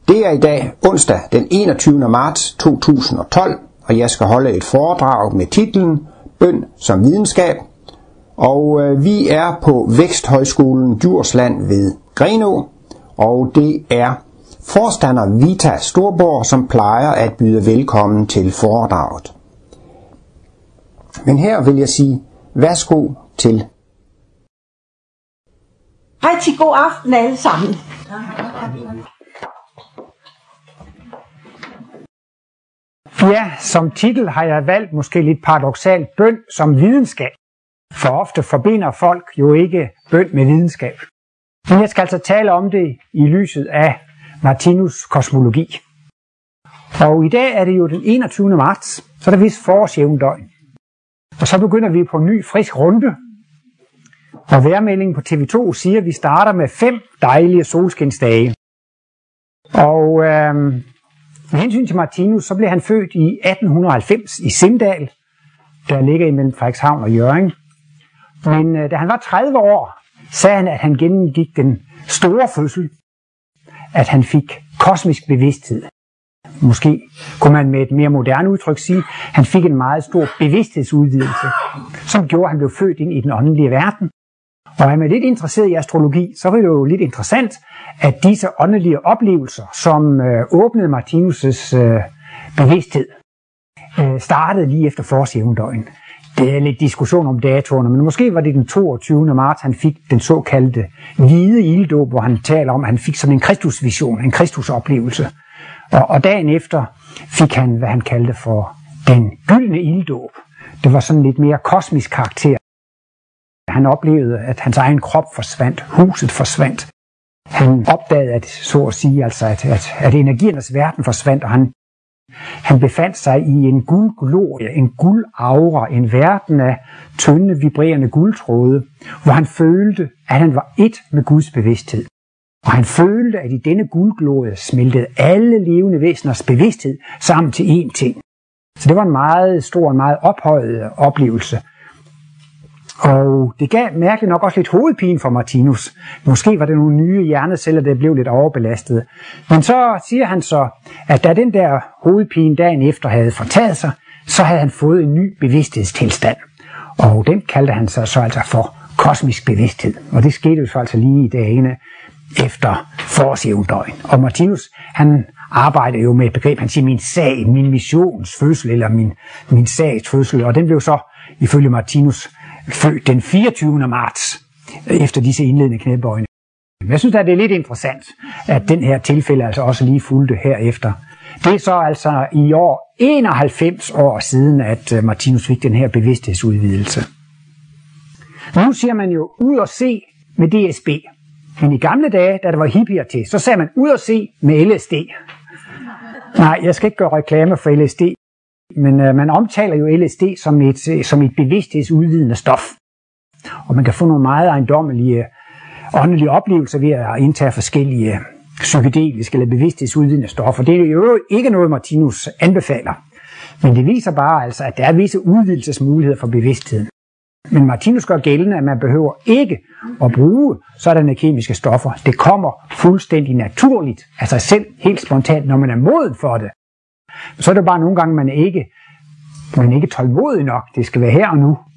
Det er i dag onsdag den 21. marts 2012, og jeg skal holde et foredrag med titlen Bøn som videnskab. Og vi er på Væksthøjskolen Djursland ved Grenaa, og det er forstander Vita Storborg, som plejer at byde velkommen til foredraget. Men her vil jeg sige værsgo til. Rigtig god aften alle sammen. Ja, som titel har jeg valgt måske lidt paradoksalt bøn som videnskab. For ofte forbinder folk jo ikke bøn med videnskab. Men jeg skal altså tale om det i lyset af Martinus' kosmologi. Og i dag er det jo den 21. marts, så er der vist forårsjævndøgn. Og så begynder vi på en ny frisk runde. Og vejrmeldingen på TV2 siger, at vi starter med 5 dejlige solskinsdage. Og med hensyn til Martinus, så blev han født i 1890 i Sindal, der ligger imellem Frederikshavn og Hjørring. Men da han var 30 år, sagde han, at han gennemgik den store fødsel, at han fik kosmisk bevidsthed. Måske kunne man med et mere moderne udtryk sige, at han fik en meget stor bevidsthedsudvidelse, som gjorde, at han blev født ind i den åndelige verden. Og er man lidt interesseret i astrologi, så er det jo lidt interessant, at disse åndelige oplevelser, som åbnede Martinus' bevidsthed, startede lige efter forårsjævndøgn. Det er lidt diskussion om datoerne, men måske var det den 22. marts, han fik den såkaldte hvide ilddåb, hvor han taler om, at han fik sådan en kristusvision, en kristusoplevelse. Og dagen efter fik han, hvad han kaldte for den gyldne ilddåb. Det var sådan lidt mere kosmisk karakter. Han oplevede, at hans egen krop forsvandt, huset forsvandt. Han opdagede, at, så at sige, altså at energiernes verden forsvandt, og han befandt sig i en guldglorie, en guldaura, en verden af tynde, vibrerende guldtråde, hvor han følte, at han var ét med Guds bevidsthed. Og han følte, at i denne guldglorie smeltede alle levende væseners bevidsthed sammen til én ting. Så det var en meget stor, en meget ophøjet oplevelse. Og det gav mærkeligt nok også lidt hovedpine for Martinus. Måske var det nogle nye hjerneceller, der blev lidt overbelastede. Men så siger han så, at da den der hovedpine dagen efter havde fortaget sig, så havde han fået en ny bevidsthedstilstand. Og den kaldte han sig så altså for kosmisk bevidsthed. Og det skete jo så altså lige i dagene efter forårsjævndøgn. Og Martinus, han arbejder jo med et begreb, han siger min sag, min missions fødsel, eller min sags fødsel. Og den blev så, ifølge Martinus, født den 24. marts, efter disse indledende knæbøjne. Jeg synes, at det er lidt interessant, at den her tilfælde altså også lige fulgte herefter. Det er så altså i år 91 år siden, at Martinus fik den her bevidsthedsudvidelse. Nu siger man jo ud og se med DSB. Men i gamle dage, da der var hippier til, så sagde man ud og se med LSD. Nej, jeg skal ikke gøre reklame for LSD. Men man omtaler jo LSD som et bevidsthedsudvidende stof. Og man kan få nogle meget ejendommelige åndelige oplevelser ved at indtage forskellige psykedeliske eller bevidsthedsudvidende stoffer. Det er jo ikke noget, Martinus anbefaler. Men det viser bare altså, at der er visse udvidelsesmuligheder for bevidstheden. Men Martinus gør gældende, at man behøver ikke at bruge sådanne kemiske stoffer. Det kommer fuldstændig naturligt af sig selv, helt spontant, når man er moden for det. Så er det bare nogle gange, man er ikke tålmodig nok. Det skal være her og nu.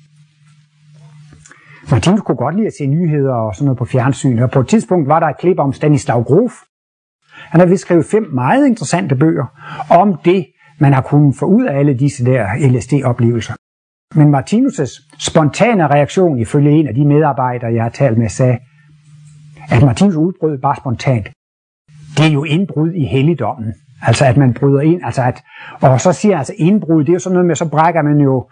Martinus kunne godt lide at se nyheder og sådan noget på fjernsyn. Og på et tidspunkt var der et klip om Stanislav Grof. Han har vist skrevet 5 meget interessante bøger om det, man har kunnet få ud af alle disse der LSD-oplevelser. Men Martinus' spontane reaktion, ifølge en af de medarbejdere, jeg har talt med, sagde, at Martinus udbrød bare spontant. Det er jo indbrud i helligdommen. Altså at man bryder ind, og så siger altså indbrud, det er jo sådan noget med, så brækker man jo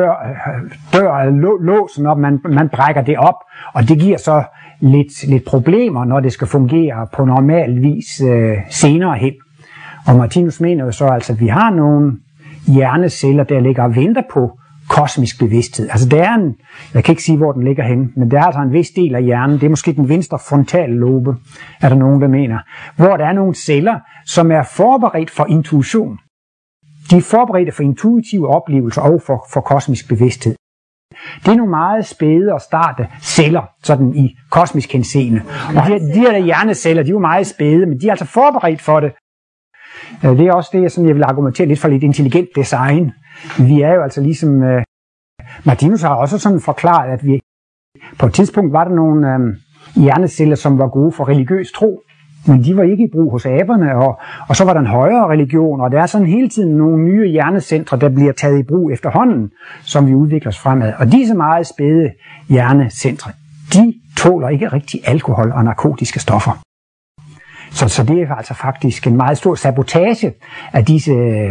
låsen op, man brækker det op, og det giver så lidt problemer, når det skal fungere på normal vis senere hen. Og Martinus mener jo så altså, at vi har nogle hjerneceller, der ligger og venter på kosmisk bevidsthed. Altså der er jeg kan ikke sige, hvor den ligger henne, men der er altså en vis del af hjernen, det er måske den venstre frontallobe, er der nogen, der mener, hvor der er nogle celler, som er forberedt for intuition. De er forberedt for intuitive oplevelser og for kosmisk bevidsthed. Det er nogle meget spæde og starte celler, sådan i kosmisk henseende. Og de her hjerneceller, de er jo meget spæde, men de er altså forberedt for det. Det er også det, som jeg vil argumentere lidt for lidt intelligent design. Vi er jo altså ligesom... Martinus har også sådan forklaret, at vi på et tidspunkt var der nogle hjerneceller, som var gode for religiøs tro, men de var ikke i brug hos aberne, og så var der en højere religion, og der er sådan hele tiden nogle nye hjernecentre, der bliver taget i brug efterhånden, som vi udvikler os fremad. Og disse meget spæde hjernecentre, de tåler ikke rigtig alkohol og narkotiske stoffer. Så det er altså faktisk en meget stor sabotage af disse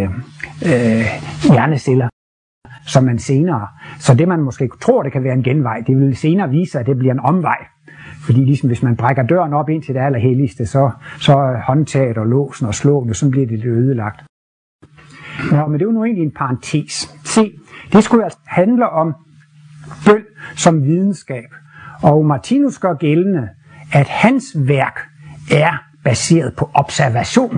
hjerneceller, som man senere, så det man måske tror, det kan være en genvej, det vil senere vise sig, at det bliver en omvej. Fordi ligesom hvis man brækker døren op ind til det allerhelligste, så er håndtaget og låsen og slåen, så bliver det lidt ødelagt. Nå, men det er jo nu egentlig en parentes. Se, det skulle altså handle om bøn som videnskab. Og Martinus gør gældende, at hans værk er baseret på observation.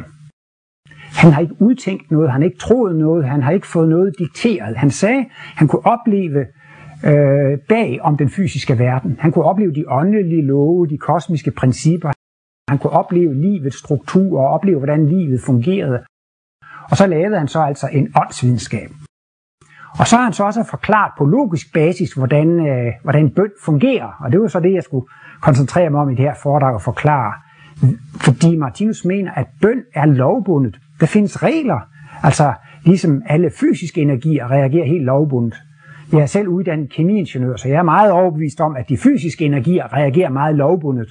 Han har ikke udtænkt noget, han har ikke troet noget, han har ikke fået noget dikteret. Han sagde, han kunne opleve bag om den fysiske verden. Han kunne opleve de åndelige love, de kosmiske principper. Han kunne opleve livets struktur og opleve, hvordan livet fungerede. Og så lavede han så altså en åndsvidenskab. Og så har han så også forklaret på logisk basis, hvordan bøn fungerer. Og det var så det, jeg skulle koncentrere mig om i det her foredrag og forklare. Fordi Martinus mener, at bøn er lovbundet. Der findes regler. Altså ligesom alle fysiske energier reagerer helt lovbundet. Jeg er selv uddannet kemiingeniør, så jeg er meget overbevist om, at de fysiske energier reagerer meget lovbundet.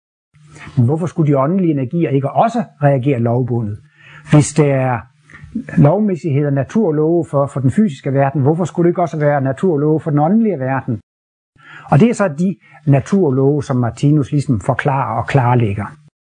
Men hvorfor skulle de åndelige energier ikke også reagere lovbundet? Hvis det er lovmæssighed og naturlove for den fysiske verden, hvorfor skulle det ikke også være naturlove for den åndelige verden? Og det er så de naturlove, som Martinus ligesom forklarer og klarlægger.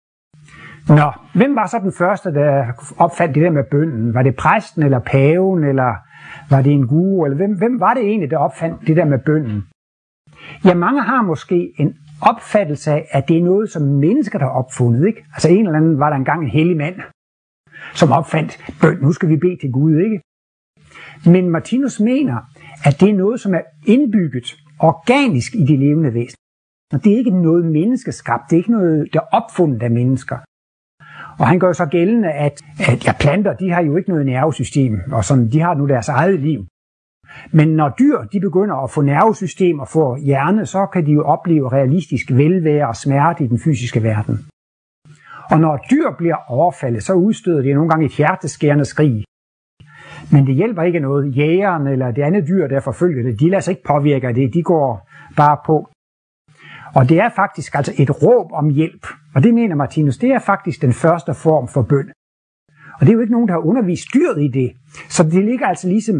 Nå, hvem var så den første, der opfandt det der med bønnen? Var det præsten eller paven, eller var det en guru? Eller hvem var det egentlig, der opfandt det der med bønnen? Ja, mange har måske en opfattelse af, at det er noget, som mennesker der har opfundet, ikke? Altså en eller anden var der engang en hellig mand, som opfandt bøn. Nu skal vi bede til Gud, ikke? Men Martinus mener, at det er noget, som er indbygget organisk i de levende væsener. Og det er ikke noget menneskeskabt, det er ikke noget, der er opfundet af mennesker. Og han gør så gældende, at planter, de har jo ikke noget nervesystem, og sådan, de har nu deres eget liv. Men når dyr, de begynder at få nervesystem og få hjerne, så kan de jo opleve realistisk velvære og smerte i den fysiske verden. Og når dyr bliver overfaldet, så udstøder de nogle gange et hjerteskærende skrig. Men det hjælper ikke noget. Jægeren eller det andet dyr, der forfølger det, de lader sig ikke påvirke af det, de går bare på. Og det er faktisk altså et råb om hjælp. Og det mener Martinus, det er faktisk den første form for bøn. Og det er jo ikke nogen, der har undervist dyret i det. Så det ligger altså ligesom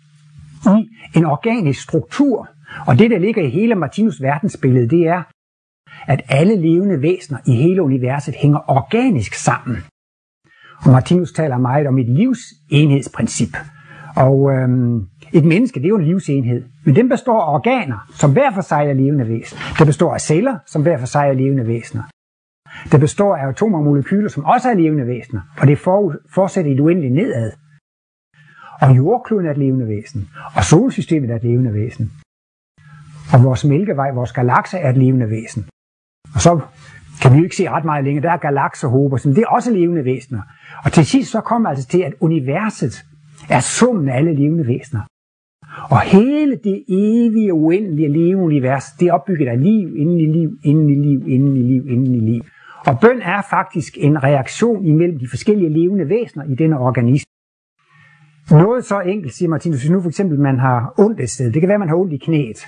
i en organisk struktur. Og det, der ligger i hele Martinus' verdensbillede, det er, at alle levende væsener i hele universet hænger organisk sammen. Og Martinus taler meget om et livsenhedsprincip. Og et menneske, det er jo en livsenhed. Men den består af organer, som hver for sig er levende væsener. Det består af celler, som hver for sig er levende væsener. Det består af atomer og molekyler, som også er levende væsener. Og det fortsætter i det uendelige nedad. Og jordkloden er et levende væsen. Og solsystemet er et levende væsen. Og vores mælkevej, vores galakse er et levende væsen. Og så kan vi jo ikke se ret meget længere. Der er galaksehober, som det er også levende væsener. Og til sidst så kommer altså til, at universet er summen af alle levende væsener. Og hele det evige, uendelige levende univers, det er opbygget af liv, inden i liv, inden i liv, inden i liv, inden i liv. Og bøn er faktisk en reaktion imellem de forskellige levende væsener i denne organisme. Noget så enkelt, siger Martinus, hvis nu for eksempel man har ondt et sted, det kan være, man har ondt i knæet.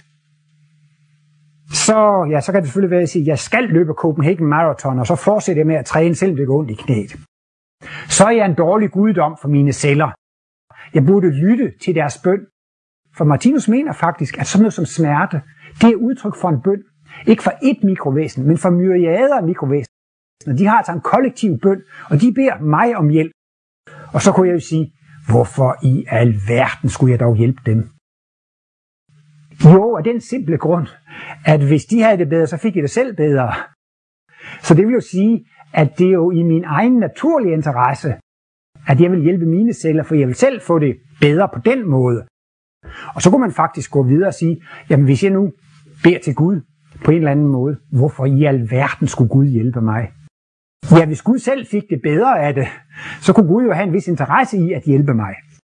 Så kan det selvfølgelig være at sige, at jeg skal løbe Copenhagen Marathon, og så fortsætter jeg med at træne, selvom det går ondt i knæet. Så er jeg en dårlig guddom for mine celler. Jeg burde lytte til deres bøn. For Martinus mener faktisk, at sådan noget som smerte, det er udtryk for en bøn. Ikke for ét mikrovæsen, men for myriader af mikrovæsener. De har altså en kollektiv bøn, og de beder mig om hjælp. Og så kunne jeg jo sige, hvorfor i alverden skulle jeg dog hjælpe dem? Jo, af den simple grund, at hvis de havde det bedre, så fik jeg det selv bedre. Så det vil jo sige, at det er jo i min egen naturlige interesse, at jeg vil hjælpe mine celler, for jeg vil selv få det bedre på den måde. Og så kunne man faktisk gå videre og sige, jamen hvis jeg nu beder til Gud på en eller anden måde, hvorfor i alverden skulle Gud hjælpe mig? Ja, hvis Gud selv fik det bedre af det, så kunne Gud jo have en vis interesse i at hjælpe mig.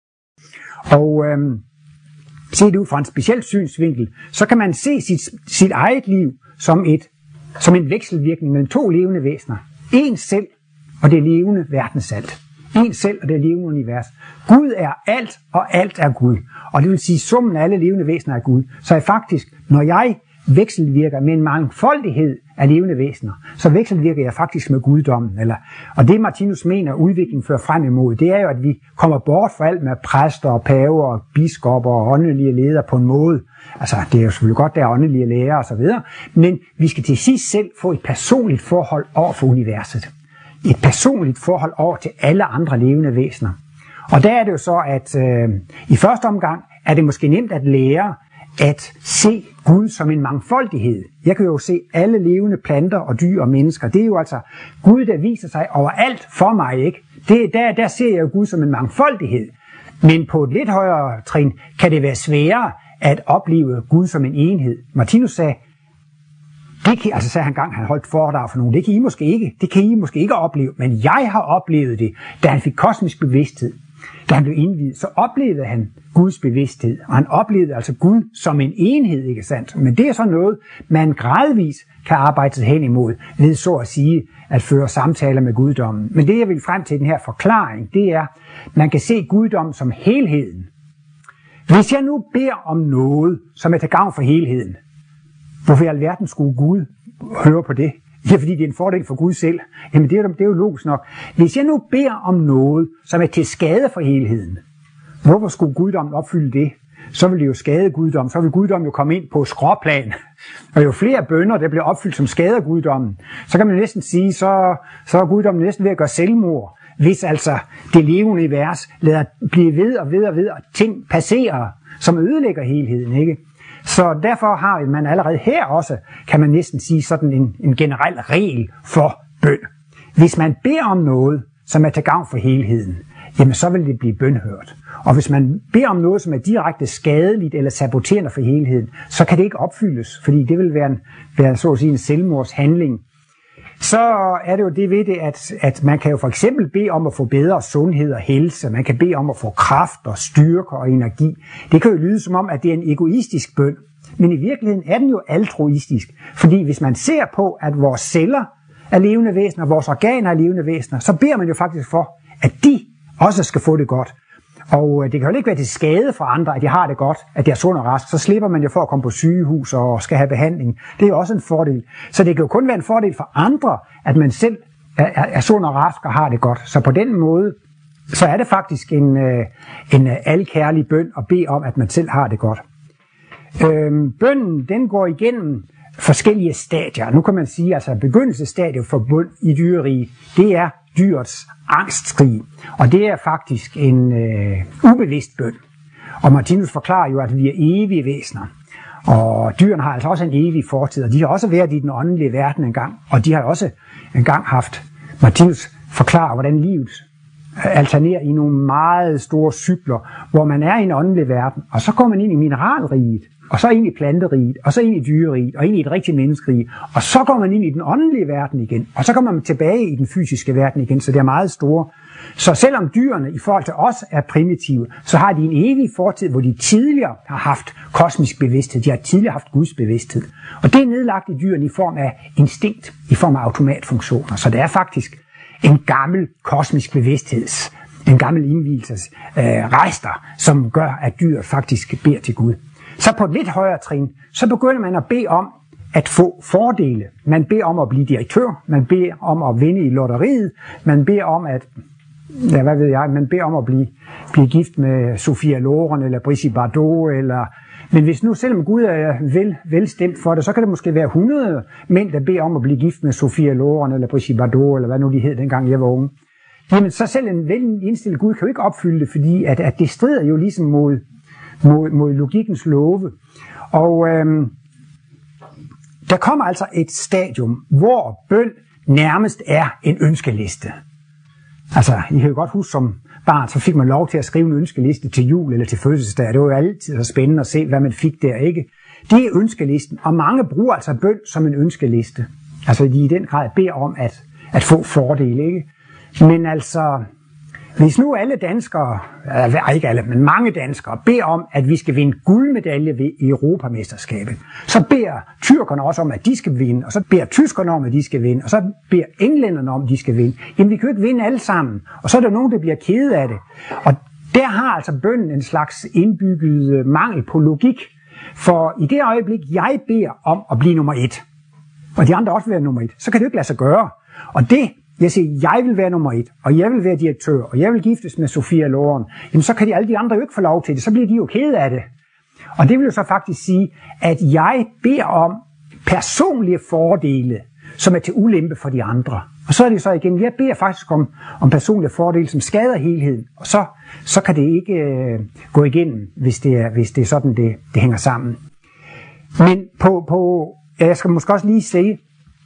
Og set ud fra en speciel synsvinkel, så kan man se sit eget liv som en vekselvirkning mellem to levende væsener. En selv og det levende verdensalt. En selv og det levende univers. Gud er alt, og alt er Gud. Og det vil sige, summen af alle levende væsener er Gud. Så faktisk, når jeg vekselvirker med en mangfoldighed af levende væsener, så vekselvirker jeg faktisk med guddommen. Og det Martinus mener, udviklingen fører frem imod, det er jo, at vi kommer bort fra alt med præster og paver og biskopper og åndelige ledere på en måde. Altså, det er jo selvfølgelig godt, der er åndelige lærer og så videre, men vi skal til sidst selv få et personligt forhold over for universet. Et personligt forhold over til alle andre levende væsener. Og der er det jo så, at i første omgang er det måske nemt at lære at se Gud som en mangfoldighed. Jeg kan jo se alle levende planter og dyr og mennesker. Det er jo altså Gud, der viser sig overalt for mig, ikke? Der ser jeg jo Gud som en mangfoldighed. Men på et lidt højere trin kan det være sværere at opleve Gud som en enhed. Martinus sagde, sagde han engang, han holdt foredrag for nogen, det kan I måske ikke opleve, men jeg har oplevet det, da han fik kosmisk bevidsthed. Da han blev indviet, så oplevede han Guds bevidsthed, og han oplevede altså Gud som en enhed, ikke sandt? Men det er så noget, man gradvis kan arbejde sig hen imod, ved så at sige, at føre samtaler med guddommen. Men det, jeg vil frem til den her forklaring, det er, man kan se guddommen som helheden. Hvis jeg nu beder om noget, som er til gavn for helheden, hvorfor i alverden skulle Gud høre på det? Ja, fordi det er en fordel for Gud selv. Jamen det er jo logisk nok. Hvis jeg nu beder om noget, som er til skade for helheden, hvorfor skulle guddommen opfylde det? Så vil det jo skade guddommen. Så vil guddommen jo komme ind på skråplan. Og jo flere bønner, der bliver opfyldt, som skader guddommen, så kan man næsten sige, så er guddommen næsten ved at gøre selvmord. Hvis altså det levende univers lader blive ved og ting passerer, som ødelægger helheden, ikke? Så derfor har man allerede her også, kan man næsten sige, sådan en generel regel for bøn. Hvis man beder om noget, som er til gavn for helheden, jamen så vil det blive bønhørt. Og hvis man beder om noget, som er direkte skadeligt eller saboterende for helheden, så kan det ikke opfyldes, fordi det vil være så at sige en selvmordshandling. Så er det jo det ved det, at man kan jo for eksempel bede om at få bedre sundhed og helse. Man kan bede om at få kraft og styrke og energi. Det kan jo lyde som om, at det er en egoistisk bøn. Men i virkeligheden er den jo altruistisk. Fordi hvis man ser på, at vores celler er levende væsener, vores organer er levende væsener, så beder man jo faktisk for, at de også skal få det godt. Og det kan jo ikke være til skade for andre, at de har det godt, at de er sund og rask. Så slipper man jo for at komme på sygehus og skal have behandling. Det er jo også en fordel. Så det kan jo kun være en fordel for andre, at man selv er sund og rask og har det godt. Så på den måde, så er det faktisk en alkærlig bøn at bede om, at man selv har det godt. Bønnen, den går igennem forskellige stadier. Nu kan man sige, altså begyndelsesstadiet for bøn i dyreriget, det er dyrets angstskrig. Og det er faktisk en ubevidst bøn. Og Martinus forklarer jo, at vi er evige væsener. Og dyrene har altså også en evig fortid, og de har også været i den åndelige verden engang. Og de har også engang haft, Martinus forklarer, hvordan livet alternerer i nogle meget store cykler, hvor man er i en åndelig verden, og så går man ind i mineralriget, og så ind i planteriget, og så ind i dyreriget, og ind i et rigtigt menneskerige, og så går man ind i den åndelige verden igen, og så kommer man tilbage i den fysiske verden igen, så det er meget store. Så selvom dyrene i forhold til os er primitive, så har de en evig fortid, hvor de tidligere har haft kosmisk bevidsthed, de har tidligere haft Guds bevidsthed. Og det er nedlagt i dyrene i form af instinkt, i form af automatfunktioner, så det er faktisk en gammel kosmisk bevidstheds, en gammel indvielses rejster, som gør, at dyret faktisk beder til Gud. Så på et lidt højere trin, så begynder man at bede om at få fordele. Man beder om at blive direktør, man beder om at vinde i lotteriet, man beder om at, ja, hvad ved jeg, man beder om at blive gift med Sophia Loren eller Brigitte Bardot, eller, men hvis nu selvom Gud er velstemt for det, så kan det måske være 100 mænd, der beder om at blive gift med Sophia Loren eller Brigitte Bardot, eller hvad nu de hed, dengang jeg var unge. Jamen så selv en velindstillet Gud kan jo ikke opfylde det, fordi at det strider jo ligesom mod logikkens love. Og der kommer altså et stadium, hvor bøn nærmest er en ønskeliste. Altså, I kan jo godt huske som barn, så fik man lov til at skrive en ønskeliste til jul eller til fødselsdag. Det var jo altid så spændende at se, hvad man fik der, ikke? Det er ønskelisten, og mange bruger altså bøn som en ønskeliste. Altså, de i den grad beder om, at få fordele, ikke? Men altså, hvis nu alle danskere, ikke alle, men mange danskere, beder om, at vi skal vinde guldmedalje ved Europamesterskabet, så beder tyrkerne også om, at de skal vinde, og så beder tyskerne om, at de skal vinde, og så beder englænderne om, at de skal vinde. Jamen, vi kan jo ikke vinde alle sammen, og så er der nogen, der bliver kede af det. Og der har altså bønnen en slags indbygget mangel på logik, for i det øjeblik, jeg beder om at blive nummer 1, og de andre også vil være nummer 1, så kan det jo ikke lade sig gøre. Og det, jeg siger, jeg vil være nummer 1, og jeg vil være direktør, og jeg vil giftes med Sofia Loren, jamen så kan alle de andre jo ikke få lov til det, så bliver de jo kede af det. Og det vil jo så faktisk sige, at jeg beder om personlige fordele, som er til ulempe for de andre. Og så er det så igen, jeg beder faktisk om personlige fordele, som skader helheden, og så kan det ikke gå igennem, hvis det er sådan, det hænger sammen. Men jeg skal måske også lige sige,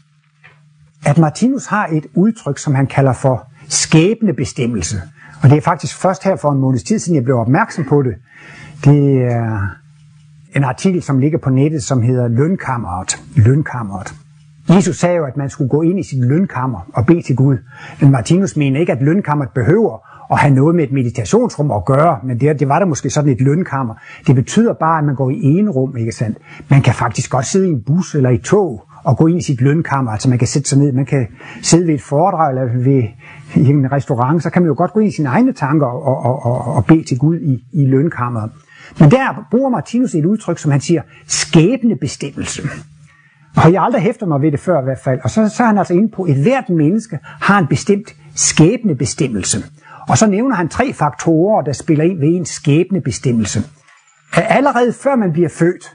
at Martinus har et udtryk, som han kalder for skæbnebestemmelse. Og det er faktisk først her for en måneds tid siden, jeg blev opmærksom på det. Det er en artikel, som ligger på nettet, som hedder Lønkammeret. Jesus sagde jo, at man skulle gå ind i sit lønkammer og bede til Gud. Men Martinus mener ikke, at lønkammeret behøver at have noget med et meditationsrum at gøre, men det var der måske sådan et lønkammer. Det betyder bare, at man går i en rum, ikke sandt? Man kan faktisk godt sidde i en bus eller i tog og gå ind i sit lønkammer, altså man kan sætte sig ned, man kan sidde ved et foredrag eller ved en restaurant, så kan man jo godt gå ind i sine egne tanker og bede til Gud i lønkammeret. Men der bruger Martinus et udtryk, som han siger, skæbnebestemmelse. Og jeg har aldrig hæftet mig ved det før i hvert fald. Og så er han altså inde på, at hvert menneske har en bestemt skæbnebestemmelse. Og så nævner han 3 faktorer, der spiller ind ved ens skæbnebestemmelse. Allerede før man bliver født,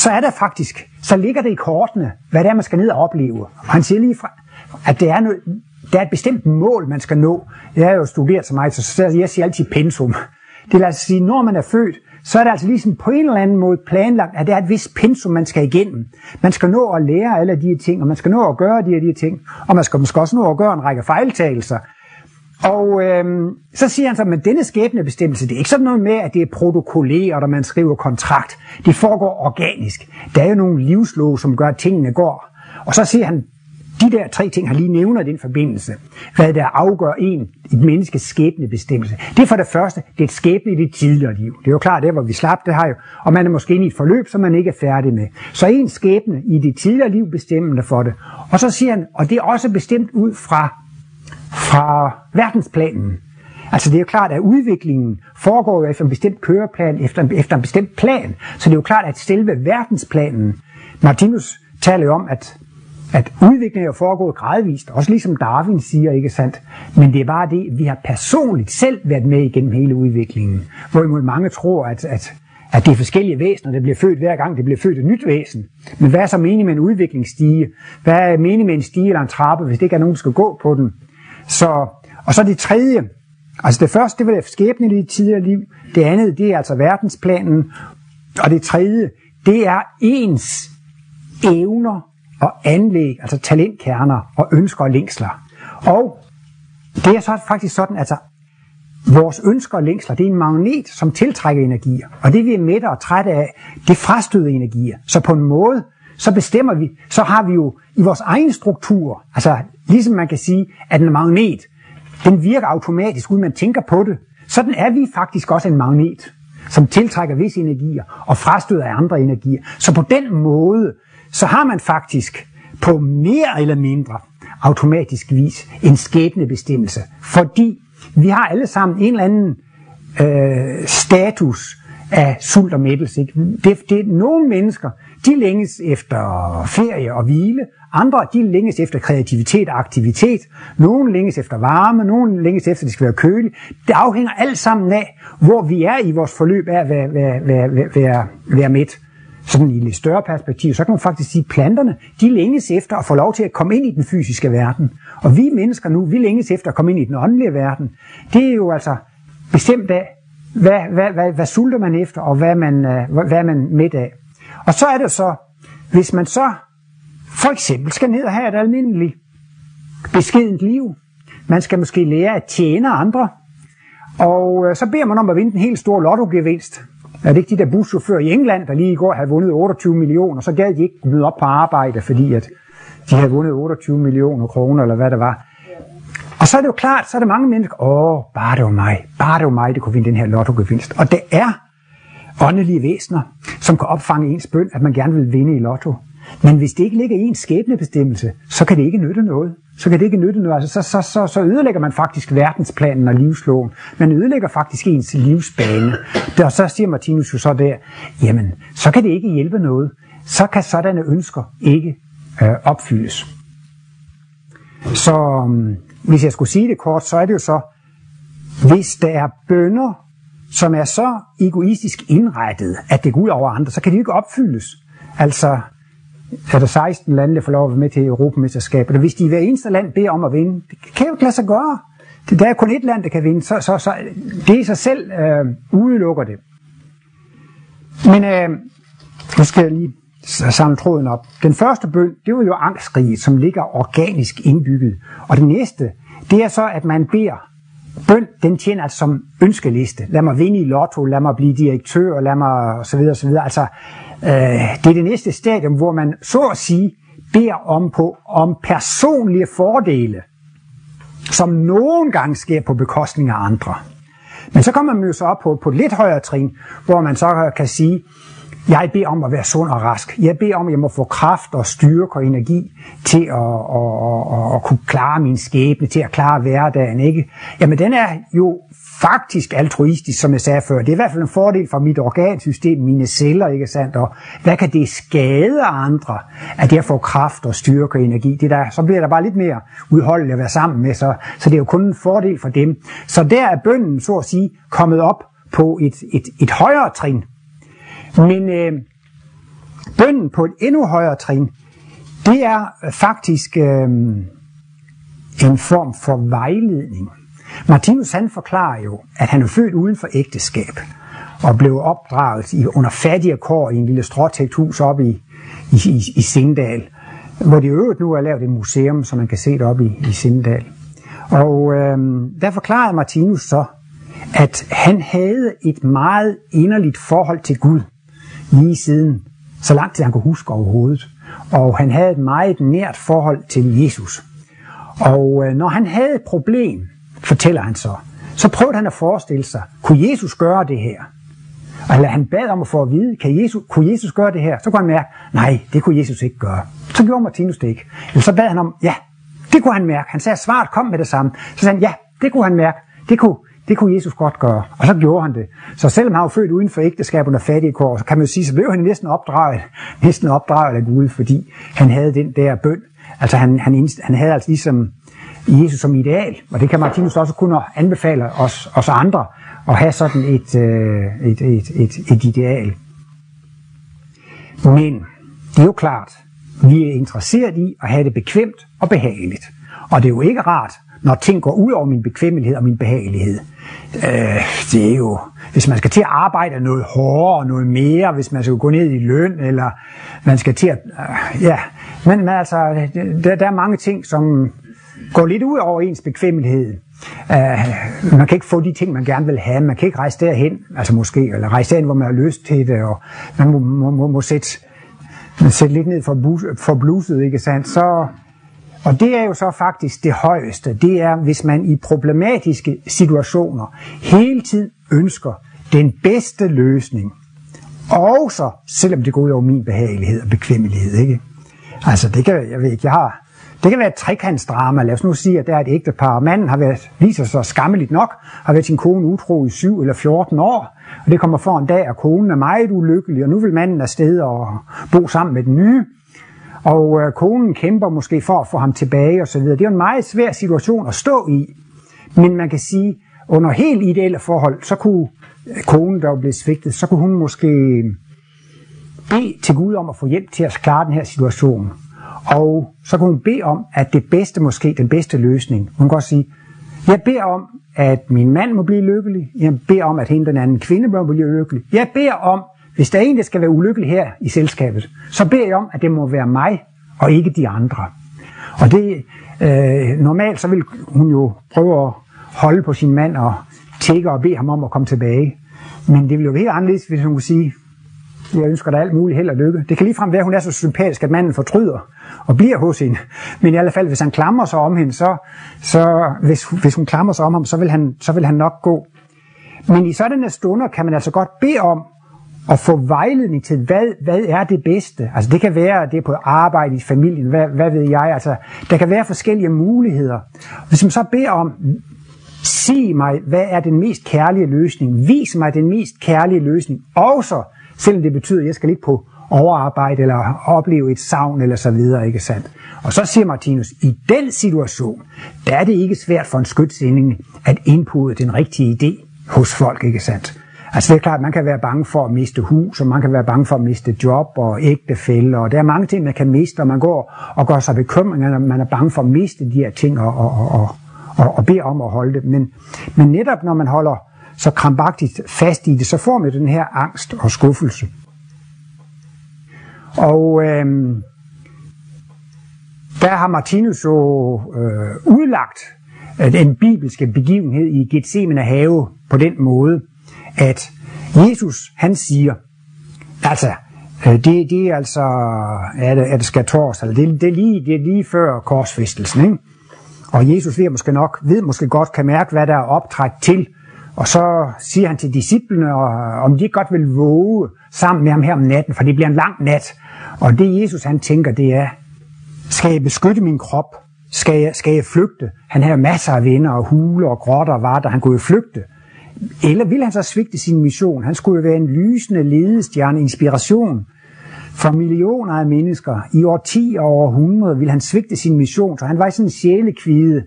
så ligger det i kortene, hvad det er, man skal ned og opleve. Og han siger lige fra, at der er et bestemt mål, man skal nå. Jeg har jo studeret så meget, så jeg siger altid pensum. Det vil altså sige, når man er født, så er det altså ligesom på en eller anden måde planlagt, at det er et vist pensum, man skal igennem. Man skal nå at lære alle de her ting, og man skal nå at gøre de her ting, og man skal måske også nå at gøre en række fejltagelser. Og så siger han så, at denne skæbnebestemmelse, det er ikke sådan noget med, at det er protokolleret, og man skriver kontrakt. Det foregår organisk. Der er jo nogle livslove, som gør, at tingene går. Og så siger han, de der 3 ting har lige nævnt i den forbindelse. Hvad der afgør et menneskes skæbnebestemmelse. Det er for det første, det er et skæbne i det tidligere liv. Det er jo klart, der hvor vi slap, det har jo, og man er måske inde i et forløb, som man ikke er færdig med. Så en skæbne i det tidligere liv bestemmende for det. Og så siger han, og det er også bestemt ud fra verdensplanen. Altså det er jo klart, at udviklingen foregår jo efter en bestemt køreplan, efter en bestemt plan. Så det er jo klart, at selve verdensplanen, Martinus taler jo om, at udviklingen er foregået gradvist, også ligesom Darwin siger, ikke sandt? Men det er bare det, vi har personligt selv været med igennem hele udviklingen. Hvorimod mange tror, at det er forskellige væsener, der bliver født hver gang, det bliver født et nyt væsen. Men hvad er så meningen med en udviklingsstige? Hvad er meningen med en stige eller en trappe, hvis det ikke er nogen, der skal gå på den? Og så det tredje, altså det første, det vil være skæbnen i det tidligere liv. Det andet, det er altså verdensplanen. Og det tredje, det er ens evner og anlæg, altså talentkerner og ønsker og længsler. Og det er så faktisk sådan, altså vores ønsker og længsler, det er en magnet, som tiltrækker energier. Og det vi er mætte og trætte af, det frastøder energier. Så på en måde, så bestemmer vi, så har vi jo i vores egen struktur, altså ligesom man kan sige, at en magnet, den virker automatisk, uden man tænker på det. Sådan er vi faktisk også en magnet, som tiltrækker visse energier og frastøder af andre energier. Så på den måde, så har man faktisk på mere eller mindre automatisk vis en skæbnebestemmelse. Fordi vi har alle sammen en eller anden status af sult og mættelse. Nogle mennesker, de længes efter ferie og hvile. Andre, de længes efter kreativitet og aktivitet. Nogle længes efter varme, nogle længes efter, at det skal være køligt. Det afhænger alt sammen af, hvor vi er i vores forløb af at være mæt. Sådan i et lidt større perspektiv, så kan man faktisk sige, at planterne, de længes efter at få lov til at komme ind i den fysiske verden. Og vi mennesker nu, vi længes efter at komme ind i den åndelige verden. Det er jo altså bestemt af, hvad sulter man efter, og hvad er man midt af. Og så er det så, hvis man så for eksempel skal ned og have et almindeligt beskedent liv. Man skal måske lære at tjene andre. Og så beder man om at vinde en helt stor lottogevinst. Er det ikke de der buschauffører i England, der lige i går havde vundet 28 millioner, så gad de ikke møde op på arbejde, fordi at de havde vundet 28 millioner kroner, eller hvad det var. så er det jo klart, så er der mange mennesker, bare det var mig, det kunne vinde den her lotto-gevinst. Og det er åndelige væsener, som kan opfange ens bøn, at man gerne vil vinde i lotto. Men hvis det ikke ligger i ens skæbnebestemmelse, så kan det ikke nytte noget. Altså, så ødelægger man faktisk verdensplanen og livsloven. Man ødelægger faktisk ens livsbane. Og så siger Martinus jo så der, jamen, så kan det ikke hjælpe noget. Så kan sådanne ønsker ikke opfyldes. Så hvis jeg skulle sige det kort, så er det jo så, hvis der er bønner, som er så egoistisk indrettet, at det går ud over andre, så kan de ikke opfyldes. Altså, er der 16 lande, der får lov at være med til Europamesterskabet, og hvis de i hver eneste land beder om at vinde, det kan jo ikke lade sig gøre. Der er kun ét land, der kan vinde, så det i sig selv udelukker det. Men nu skal jeg lige samle tråden op. Den første bøn, det var jo angstriget, som ligger organisk indbygget. Og det næste, det er så, at man beder. Bøn, den tjener altså som ønskeliste. Lad mig vinde i lotto, lad mig blive direktør, lad mig så videre, så videre. Altså, det er det næste stadium, hvor man så at sige beder om personlige fordele, som nogle gange sker på bekostning af andre. Men så kommer man jo så op på et lidt højere trin, hvor man så kan sige, jeg beder om at være sund og rask. Jeg beder om, at jeg må få kraft og styrke og energi til at kunne klare min skæbne, til at klare hverdagen, ikke? Jamen, den er jo faktisk altruistisk, som jeg sagde før. Det er i hvert fald en fordel for mit organsystem, mine celler, ikke sandt? Og hvad kan det skade andre, at jeg får kraft og styrke og energi? Så bliver der bare lidt mere udholdeligt at være sammen med, så det er jo kun en fordel for dem. Så der er bønnen, så at sige, kommet op på et højere trin. Men bønnen på et endnu højere trin, det er faktisk en form for vejledning. Martinus han forklarer jo, at han er født uden for ægteskab og blev opdraget under fattige kår i en lille stråtægthus oppe i Sindal, hvor de øvrigt nu er lavet et museum, som man kan se deroppe i Sindal. Og der forklarede Martinus så, at han havde et meget inderligt forhold til Gud lige siden, så langt til han kunne huske overhovedet. Og han havde et meget nært forhold til Jesus. Og når han havde et problem, fortæller han så prøvede han at forestille sig, kunne Jesus gøre det her? Eller han bad om at få at vide, kunne Jesus gøre det her? Så kunne han mærke, nej, det kunne Jesus ikke gøre. Så gjorde Martinus det ikke. Eller så bad han om, ja, det kunne han mærke. Han sagde, at svaret kom med det samme. Så sagde han, ja, det kunne han mærke. Det kunne Jesus godt gøre. Og så gjorde han det. Så selvom han var født uden for ægteskab under fattige kår, så kan man jo sige, så blev han næsten opdraget af Gud, fordi han havde den der bøn. Altså han havde altså ligesom Jesus som ideal, og det kan Martinus også kunne anbefale os andre at have sådan et ideal. Men det er jo klart, vi er interesseret i at have det bekvemt og behageligt. Og det er jo ikke rart, når ting går ud over min bekvemmelighed og min behagelighed. Det er jo, hvis man skal til at arbejde noget hårdere og noget mere, hvis man skal gå ned i løn, eller man skal til at... Men altså, der er mange ting, som går lidt ud over ens bekvemmelighed. Man kan ikke få de ting, man gerne vil have. Man kan ikke rejse derhen, altså måske, eller rejse derhen, hvor man har lyst til det, og man må sætte lidt ned for bluset, ikke sandt? Og det er jo så faktisk det højeste. Det er, hvis man i problematiske situationer hele tiden ønsker den bedste løsning. Også selvom det går ud over min behagelighed og bekvemmelighed, ikke? Altså, det kan være et trekantsdrama. Lad os nu sige, at der er et ægtepar. Manden viser sig skammeligt nok, har været sin kone utro i 7 eller 14 år. Og det kommer for en dag, at konen er meget ulykkelig, og nu vil manden afsted og bo sammen med den nye. Og konen kæmper måske for at få ham tilbage og så videre. Det er jo en meget svær situation at stå i. Men man kan sige, under helt ideelle forhold, så kunne konen, der var blevet svigtet, så kunne hun måske bede til Gud om at få hjælp til at klare den her situation. Og så kunne hun bede om, at det bedste, måske den bedste løsning. Hun kan også sige, jeg beder om, at min mand må blive lykkelig. Jeg beder om, at hende den anden kvinde må blive lykkelig. Jeg beder om, hvis der er en, der skal være ulykkelig her i selskabet, så beder jeg om, at det må være mig, og ikke de andre. Og det, normalt så vil hun jo prøve at holde på sin mand og tække og bede ham om at komme tilbage. Men det ville jo være helt anderledes, hvis hun kunne sige, jeg ønsker dig alt muligt held og lykke. Det kan ligefrem være, at hun er så sympatisk, at manden fortryder og bliver hos hende. Men i alle fald, hvis han klamrer sig om hende, hvis hun klamrer sig om ham, så vil han nok gå. Men i sådanne stunder kan man altså godt bede om at få vejledning til, hvad er det bedste. Altså det kan være, at det er på arbejde i familien, hvad ved jeg. Altså, der kan være forskellige muligheder. Hvis man så beder om, sig mig, hvad er den mest kærlige løsning? Vis mig den mest kærlige løsning. Også, selvom det betyder, at jeg skal ligge på overarbejde, eller opleve et savn, eller så videre, ikke sandt? Og så siger Martinus, i den situation, der er det ikke svært for en skytsengel at indpude den rigtige idé hos folk, ikke sandt? Altså det er klart, at man kan være bange for at miste hus, og man kan være bange for at miste job og ægtefælle, og der er mange ting, man kan miste, og man går og gør sig bekymringer, når man er bange for at miste de her ting og beder om at holde det. Men netop når man holder så krampagtigt fast i det, så får man den her angst og skuffelse. Og der har Martinus jo udlagt den bibelske begivenhed i Getsemane have på den måde, at Jesus, han siger, altså, det er altså, er det skators, eller det er lige før korsfæstelsen, ikke? Og Jesus ved måske godt, kan mærke, hvad der er optræk til, og så siger han til disciplene, om de ikke godt vil våge sammen med ham her om natten, for det bliver en lang nat. Og det Jesus, han tænker, det er, skal jeg beskytte min krop? Skal jeg flygte? Han havde masser af venner og huler og grotter og varter, han kunne jo flygte. Eller vil han så svigte sin mission? Han skulle jo være en lysende ledestjerne, inspiration for millioner af mennesker. I årtier og århundreder ville han svigte sin mission, så han var i sådan en sjælekvide.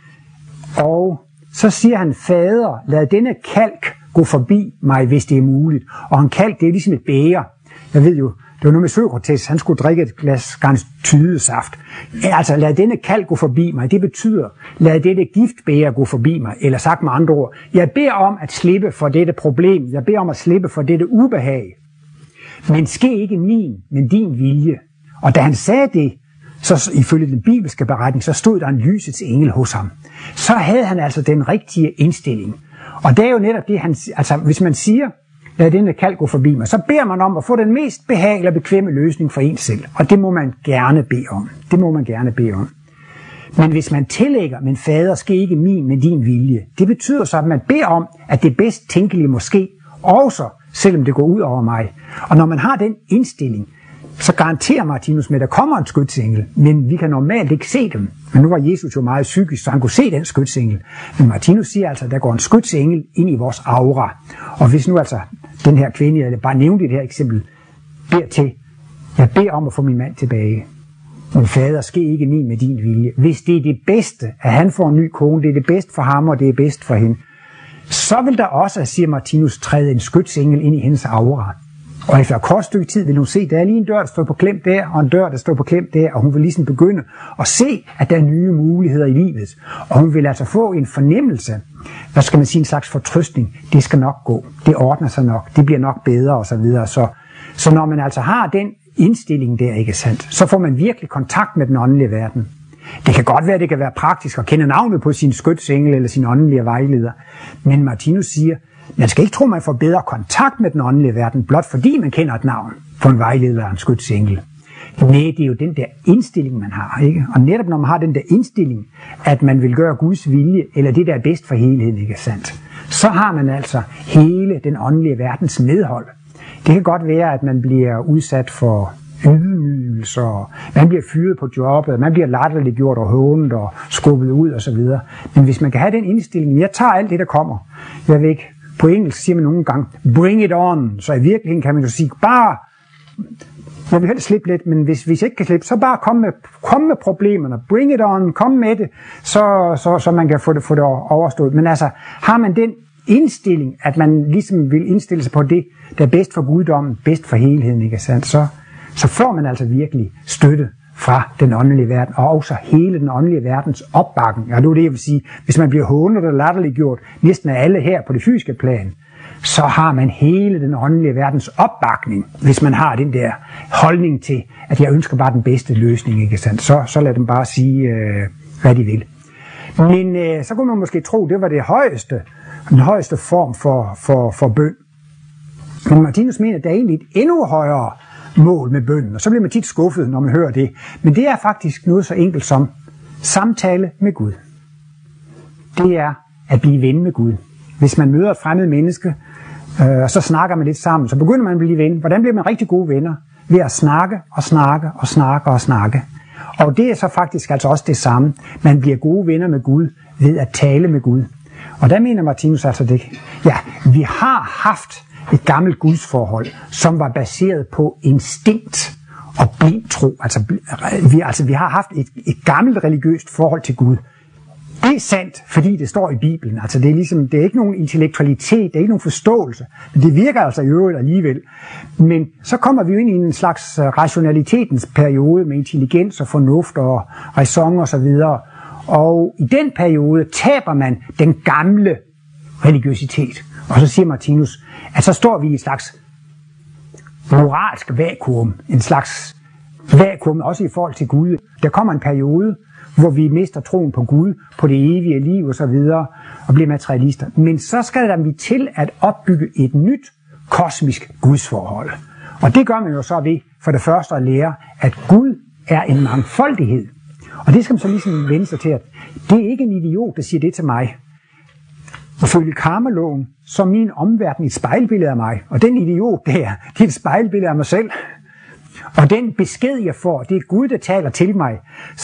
Og så siger han, Fader, lad denne kalk gå forbi mig, hvis det er muligt. Og en kalk, det er ligesom et bæger. Jeg ved jo, det var noget med Sokrates, han skulle drikke et glas garntydesaft. Altså, lad denne kalk gå forbi mig, det betyder, lad dette giftbæger gå forbi mig. Eller sagt med andre ord, jeg beder om at slippe for dette problem, jeg beder om at slippe for dette ubehag. Men ske ikke min, men din vilje. Og da han sagde det, så ifølge den bibelske beretning, så stod der en lysets engel hos ham. Så havde han altså den rigtige indstilling. Og det er jo netop det, altså hvis man siger, lad denne kalk gå forbi mig, så beder man om at få den mest behagelige og bekvemme løsning for en selv. Og det må man gerne bede om. Det må man gerne bede om. Men hvis man tillægger, men fader, ske ikke min, men din vilje, det betyder så, at man beder om, at det bedst tænkelige måske også, selvom det går ud over mig. Og når man har den indstilling, så garanterer Martinus med, at der kommer en skytsengel, men vi kan normalt ikke se dem. Men nu var Jesus jo meget psykisk, så han kunne se den skytsengel. Men Martinus siger altså, at der går en skytsengel ind i vores aura. Og hvis nu altså den her kvinde, jeg bare nævnte i det her eksempel, beder til, jeg beder om at få min mand tilbage. Men fader, ske ikke min med din vilje. Hvis det er det bedste, at han får en ny kone, det er det bedste for ham, og det er bedst for hende, så vil der også, siger Martinus, træde en skytsengel ind i hendes aura. Og efter et kort stykke tid vil hun se, at der er lige en dør, der står på klem der, og en dør, der står på klem der, og hun vil ligesom begynde at se, at der er nye muligheder i livet. Og hun vil altså få en fornemmelse, hvad skal man sige, en slags fortrøstning. Det skal nok gå, det ordner sig nok, det bliver nok bedre osv. Så når man altså har den indstilling der, ikke sandt, så får man virkelig kontakt med den åndelige verden. Det kan godt være, at det kan være praktisk at kende navnet på sin skytsengel eller sin åndelige vejleder. Men Martinus siger, man skal ikke tro, man får bedre kontakt med den åndelige verden, blot fordi man kender et navn på en vejleder eller en skytsengel. Nej, det er jo den der indstilling, man har, ikke? Og netop når man har den der indstilling, at man vil gøre Guds vilje, eller det der er bedst for helheden, ikke sandt, så har man altså hele den åndelige verdens medhold. Det kan godt være, at man bliver udsat for ydmygelser, man bliver fyret på jobbet, man bliver latterliggjort og hånet og skubbet ud osv. Men hvis man kan have den indstilling, jeg tager alt det, der kommer, jeg ved ikke, på engelsk siger man nogle gange, bring it on, så i virkeligheden kan man jo sige, bare, jeg vil helst slippe lidt, men hvis jeg ikke kan slippe, så bare kom med problemerne, bring it on, kom med det, så man kan få det overstået. Men altså, har man den indstilling, at man ligesom vil indstille sig på det, der er bedst for guddommen, bedst for helheden, ikke sandt, så får man altså virkelig støtte fra den åndelige verden, og også hele den åndelige verdens opbakning. Og det er det, jeg vil sige, hvis man bliver hånet og latterliggjort næsten af alle her på det fysiske plan, så har man hele den åndelige verdens opbakning, hvis man har den der holdning til, at jeg ønsker bare den bedste løsning, ikke sandt? Så lad dem bare sige, hvad de vil. Men så kunne man måske tro, det var den højeste form for bøn. Men Martinus mener, at der er egentlig et endnu højere mål med bønnen, og så bliver man tit skuffet, når man hører det. Men det er faktisk noget så enkelt som samtale med Gud. Det er at blive ven med Gud. Hvis man møder et fremmed menneske, og så snakker man lidt sammen, så begynder man at blive ven. Hvordan bliver man rigtig gode venner? Ved at snakke og snakke og snakke og snakke. Og det er så faktisk altså også det samme. Man bliver gode venner med Gud ved at tale med Gud. Og der mener Martinus altså det. Ja, vi har haft et gammelt gudsforhold, som var baseret på instinkt og blind tro. Vi har haft et gammelt religiøst forhold til Gud. Det er sandt, fordi det står i Bibelen. Altså det er ikke nogen intellektualitet, det er ikke nogen forståelse. Men det virker altså i øvrigt alligevel. Men så kommer vi jo ind i en slags rationalitetens periode med intelligens og fornuft og ræson og så videre. Og i den periode taber man den gamle religiøsitet. Og så siger Martinus, at så står vi i et slags moralsk vakuum. En slags vakuum også i forhold til Gud. Der kommer en periode, hvor vi mister troen på Gud, på det evige liv og så videre, og bliver materialister. Men så skal der vi til at opbygge et nyt kosmisk gudsforhold. Og det gør man jo så ved, for det første at lære, at Gud er en mangfoldighed. Og det skal man så ligesom vende sig til, at det er ikke en idiot, der siger det til mig. Ifølge karmaloven, så er min omverden et spejlbillede af mig. Og den idiot det er et spejlbillede af mig selv. Og den besked, jeg får, det er Gud, der taler til mig.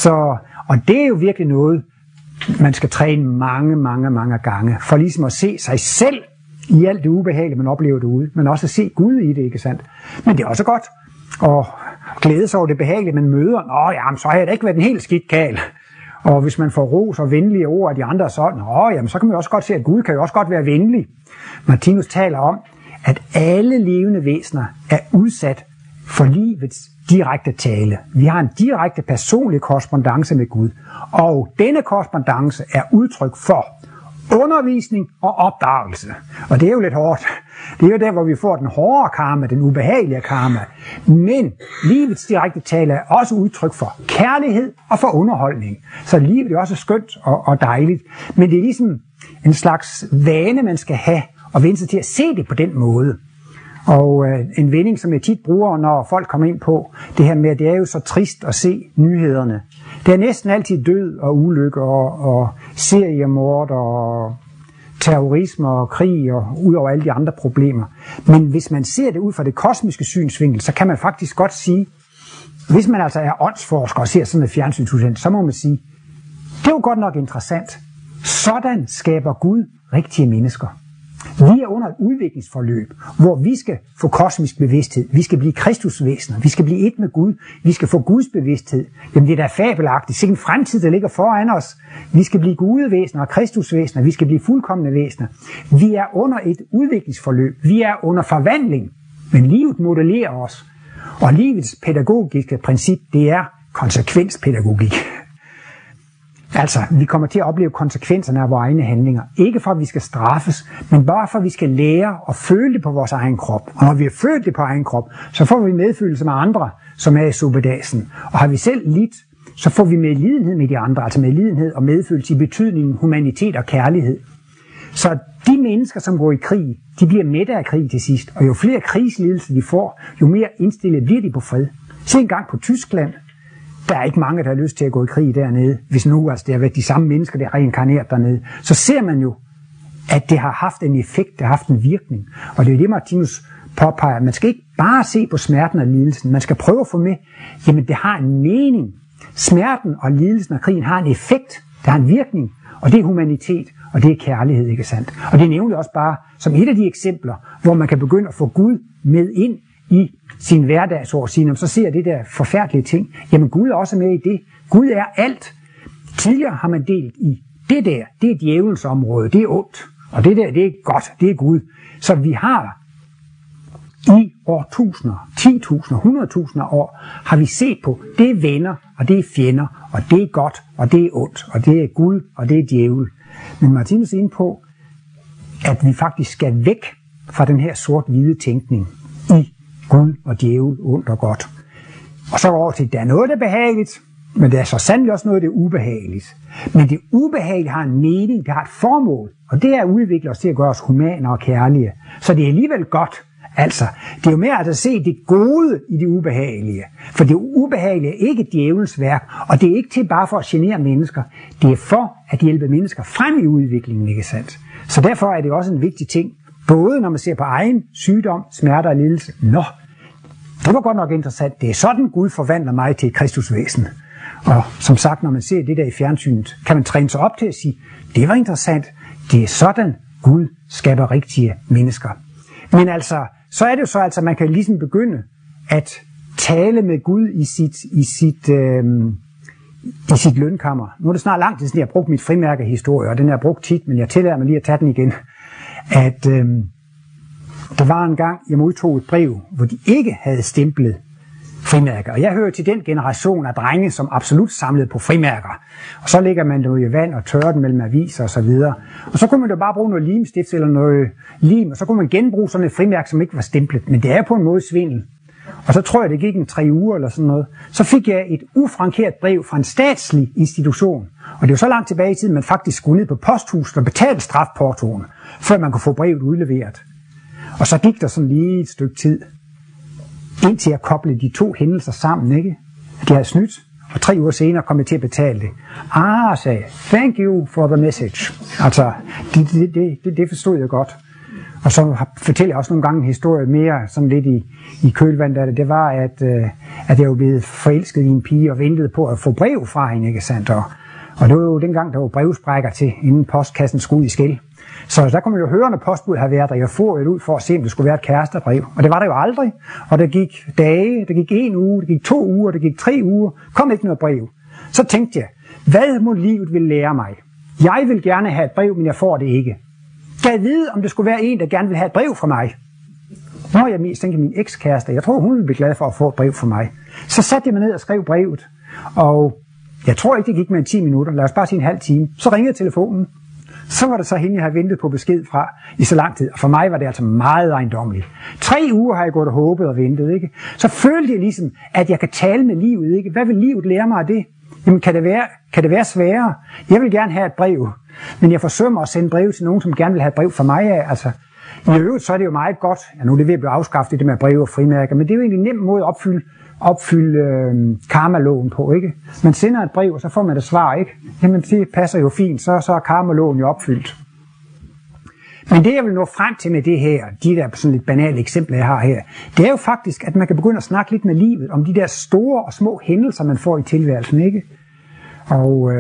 Og det er jo virkelig noget, man skal træne mange gange, for ligesom at se sig selv i alt det ubehagelige, man oplever derude, men også at se Gud i det, ikke sandt? Men det er også godt at glæde sig over det behagelige, man møder. Jamen, så har jeg da ikke været en helt skidt kal. Og hvis man får ros og venlige ord af de andre, så kan man også godt se, at Gud kan jo også godt være venlig. Martinus taler om, at alle levende væsener er udsat for livets direkte tale. Vi har en direkte personlig korrespondance med Gud, og denne korrespondance er udtryk for undervisning og opdragelse. Og det er jo lidt hårdt. Det er jo der, hvor vi får den hårde karma, den ubehagelige karma. Men livets direkte tale er også udtryk for kærlighed og for underholdning. Så livet er også skønt og dejligt. Men det er ligesom en slags vane, man skal have, og vende sig til at se det på den måde. Og en vending, som jeg tit bruger, når folk kommer ind på det her med, at det er jo så trist at se nyhederne. Det er næsten altid død og ulykke og seriemord og terrorisme og krig og ud over alle de andre problemer. Men hvis man ser det ud fra det kosmiske synsvinkel, så kan man faktisk godt sige, hvis man altså er åndsforsker og ser sådan et fjernsynsudsendelse, så må man sige, det er jo godt nok interessant. Sådan skaber Gud rigtige mennesker. Vi er under et udviklingsforløb, hvor vi skal få kosmisk bevidsthed. Vi skal blive kristusvæsener. Vi skal blive et med Gud. Vi skal få Guds bevidsthed. Jamen det er da fabelagtigt. Det er en fremtid, der ligger foran os. Vi skal blive gudevæsener og kristusvæsener. Vi skal blive fuldkomne væsener. Vi er under et udviklingsforløb. Vi er under forvandling. Men livet modellerer os. Og livets pædagogiske princip, det er konsekvenspædagogik. Altså, vi kommer til at opleve konsekvenserne af vores egne handlinger. Ikke for, at vi skal straffes, men bare for, at vi skal lære at føle det på vores egen krop. Og når vi har følt det på egen krop, så får vi medfølelse med andre, som er i suppedasen. Og har vi selv lidt, så får vi medlidenhed med de andre, altså medlidenhed og medfølelse i betydningen humanitet og kærlighed. Så de mennesker, som går i krig, de bliver mætte af krig til sidst. Og jo flere krigslidelser de får, jo mere indstillet bliver de på fred. Se en gang på Tyskland. Der er ikke mange, der har lyst til at gå i krig dernede. Hvis nu altså, det har været de samme mennesker, der har reinkarneret dernede, så ser man jo, at det har haft en effekt, det har haft en virkning. Og det er det, Martinus påpeger. Man skal ikke bare se på smerten og lidelsen. Man skal prøve at få med, jamen det har en mening. Smerten og lidelsen og krigen har en effekt, der har en virkning. Og det er humanitet, og det er kærlighed, ikke sandt? Og det nævner også bare som et af de eksempler, hvor man kan begynde at få Gud med ind i sin hverdag, så ser det der forfærdelige ting. Jamen Gud er også med i det. Gud er alt. Tidligere har man delt i det der, det er djævelens område, det er ondt. Og det der, det er godt, det er Gud. Så vi har i årtusinder, 10.000, 100.000 år, har vi set på, det er venner, og det er fjender, og det er godt, og det er ondt, og det er Gud, og det er djævel. Men Martinus er inde på, at vi faktisk skal væk fra den her sort-hvide tænkning i Gud og djævel, ondt og godt. Og så over til, at der er noget, der er behageligt, men der er så sandelig også noget, der er ubehageligt. Men det ubehagelige har en mening, det har et formål, og det er at udvikle os til at gøre os humane og kærlige. Så det er alligevel godt, Altså, det er jo mere at se det gode i det ubehagelige. For det ubehagelige er ikke djævelens værk, og det er ikke til bare for at genere mennesker. Det er for at hjælpe mennesker frem i udviklingen, ikke sandt? Så derfor er det også en vigtig ting, både når man ser på egen sygdom, smerter og lidelse. Nå, det var godt nok interessant. Det er sådan, Gud forvandler mig til et kristusvæsen. Og som sagt, når man ser det der i fjernsynet, kan man træne sig op til at sige, det var interessant. Det er sådan, Gud skaber rigtige mennesker. Men altså, så er det jo så, altså, man kan ligesom begynde at tale med Gud i sit lønkammer. Nu er det snart lang tid siden, jeg har brugt mit frimærkehistorie, og den har jeg brugt tit, men jeg tillader mig lige at tage den igen. At der var en gang, jeg modtog et brev, hvor de ikke havde stemplet frimærker. Og jeg hører til den generation af drenge, som absolut samlede på frimærker. Og så lægger man det i vand og tørrer den mellem aviser og så videre. Og så kunne man jo bare bruge noget limstift eller noget lim, og så kunne man genbruge sådan et frimærke, som ikke var stemplet. Men det er på en måde svindel. Og så tror jeg, det gik 3 uger eller sådan noget. Så fik jeg et ufrankeret brev fra en statslig institution. Og det var så langt tilbage i tiden, man faktisk skulle ned på posthuset og betale strafportoen, før man kunne få brevet udleveret. Og så gik der sådan lige et stykke tid, indtil jeg koblede de 2 hændelser sammen, ikke? De havde snydt, og 3 uger senere kom jeg til at betale det. Sagde jeg, thank you for the message. Altså, det forstod jeg godt. Og så fortæller jeg også nogle gange en historie mere, sådan lidt i kølvandet af det. Det var, at jeg var blevet forelsket i en pige og ventede på at få brev fra hende, ikke sandt? Og det var jo dengang, der var brevsprækker til, inden postkassen skulle ud i skæld. Så der kunne man jo høre, når postbud havde været der. Jeg får ud for at se, om det skulle være et kærestebrev. Og det var der jo aldrig. Og der gik dage, der gik 1 uge, der gik 2 uger, der gik 3 uger. Kom ikke noget brev. Så tænkte jeg, hvad må livet vil lære mig? Jeg vil gerne have et brev, men jeg får det ikke. Kan jeg vide, om det skulle være en, der gerne vil have et brev fra mig? Nå, jeg mistænker min ekskæreste. Jeg tror, hun ville blive glad for at få et brev fra mig. Så satte jeg mig ned og skrev brevet. Og jeg tror ikke, det gik med 10 minutter. Lad os bare sige en halv time. Så ringede telefonen. Så var det så hende, jeg havde ventet på besked fra i så lang tid. Og for mig var det altså meget ejendommeligt. 3 uger har jeg gået og håbet og ventet, ikke? Så følte jeg ligesom, at jeg kan tale med livet, ikke? Hvad vil livet lære mig af det? Jamen, kan det være sværere? Jeg vil gerne have et brev, men jeg forsømmer at sende brev til nogen, som gerne vil have et brev fra mig af. Altså, i øvrigt, så er det jo meget godt. Ja, nu er det ved at blive afskaffet, det med brev og frimærker, men det er jo egentlig en nem måde at opfylde karmaloven på, ikke? Man sender et brev, og så får man et svar, ikke? Jamen, det passer jo fint, så er karmaloven jo opfyldt. Men det, jeg vil nå frem til med det her, de der sådan lidt banale eksempler, jeg har her, det er jo faktisk, at man kan begynde at snakke lidt med livet om de der store og små hændelser, man får i tilværelsen, ikke? Og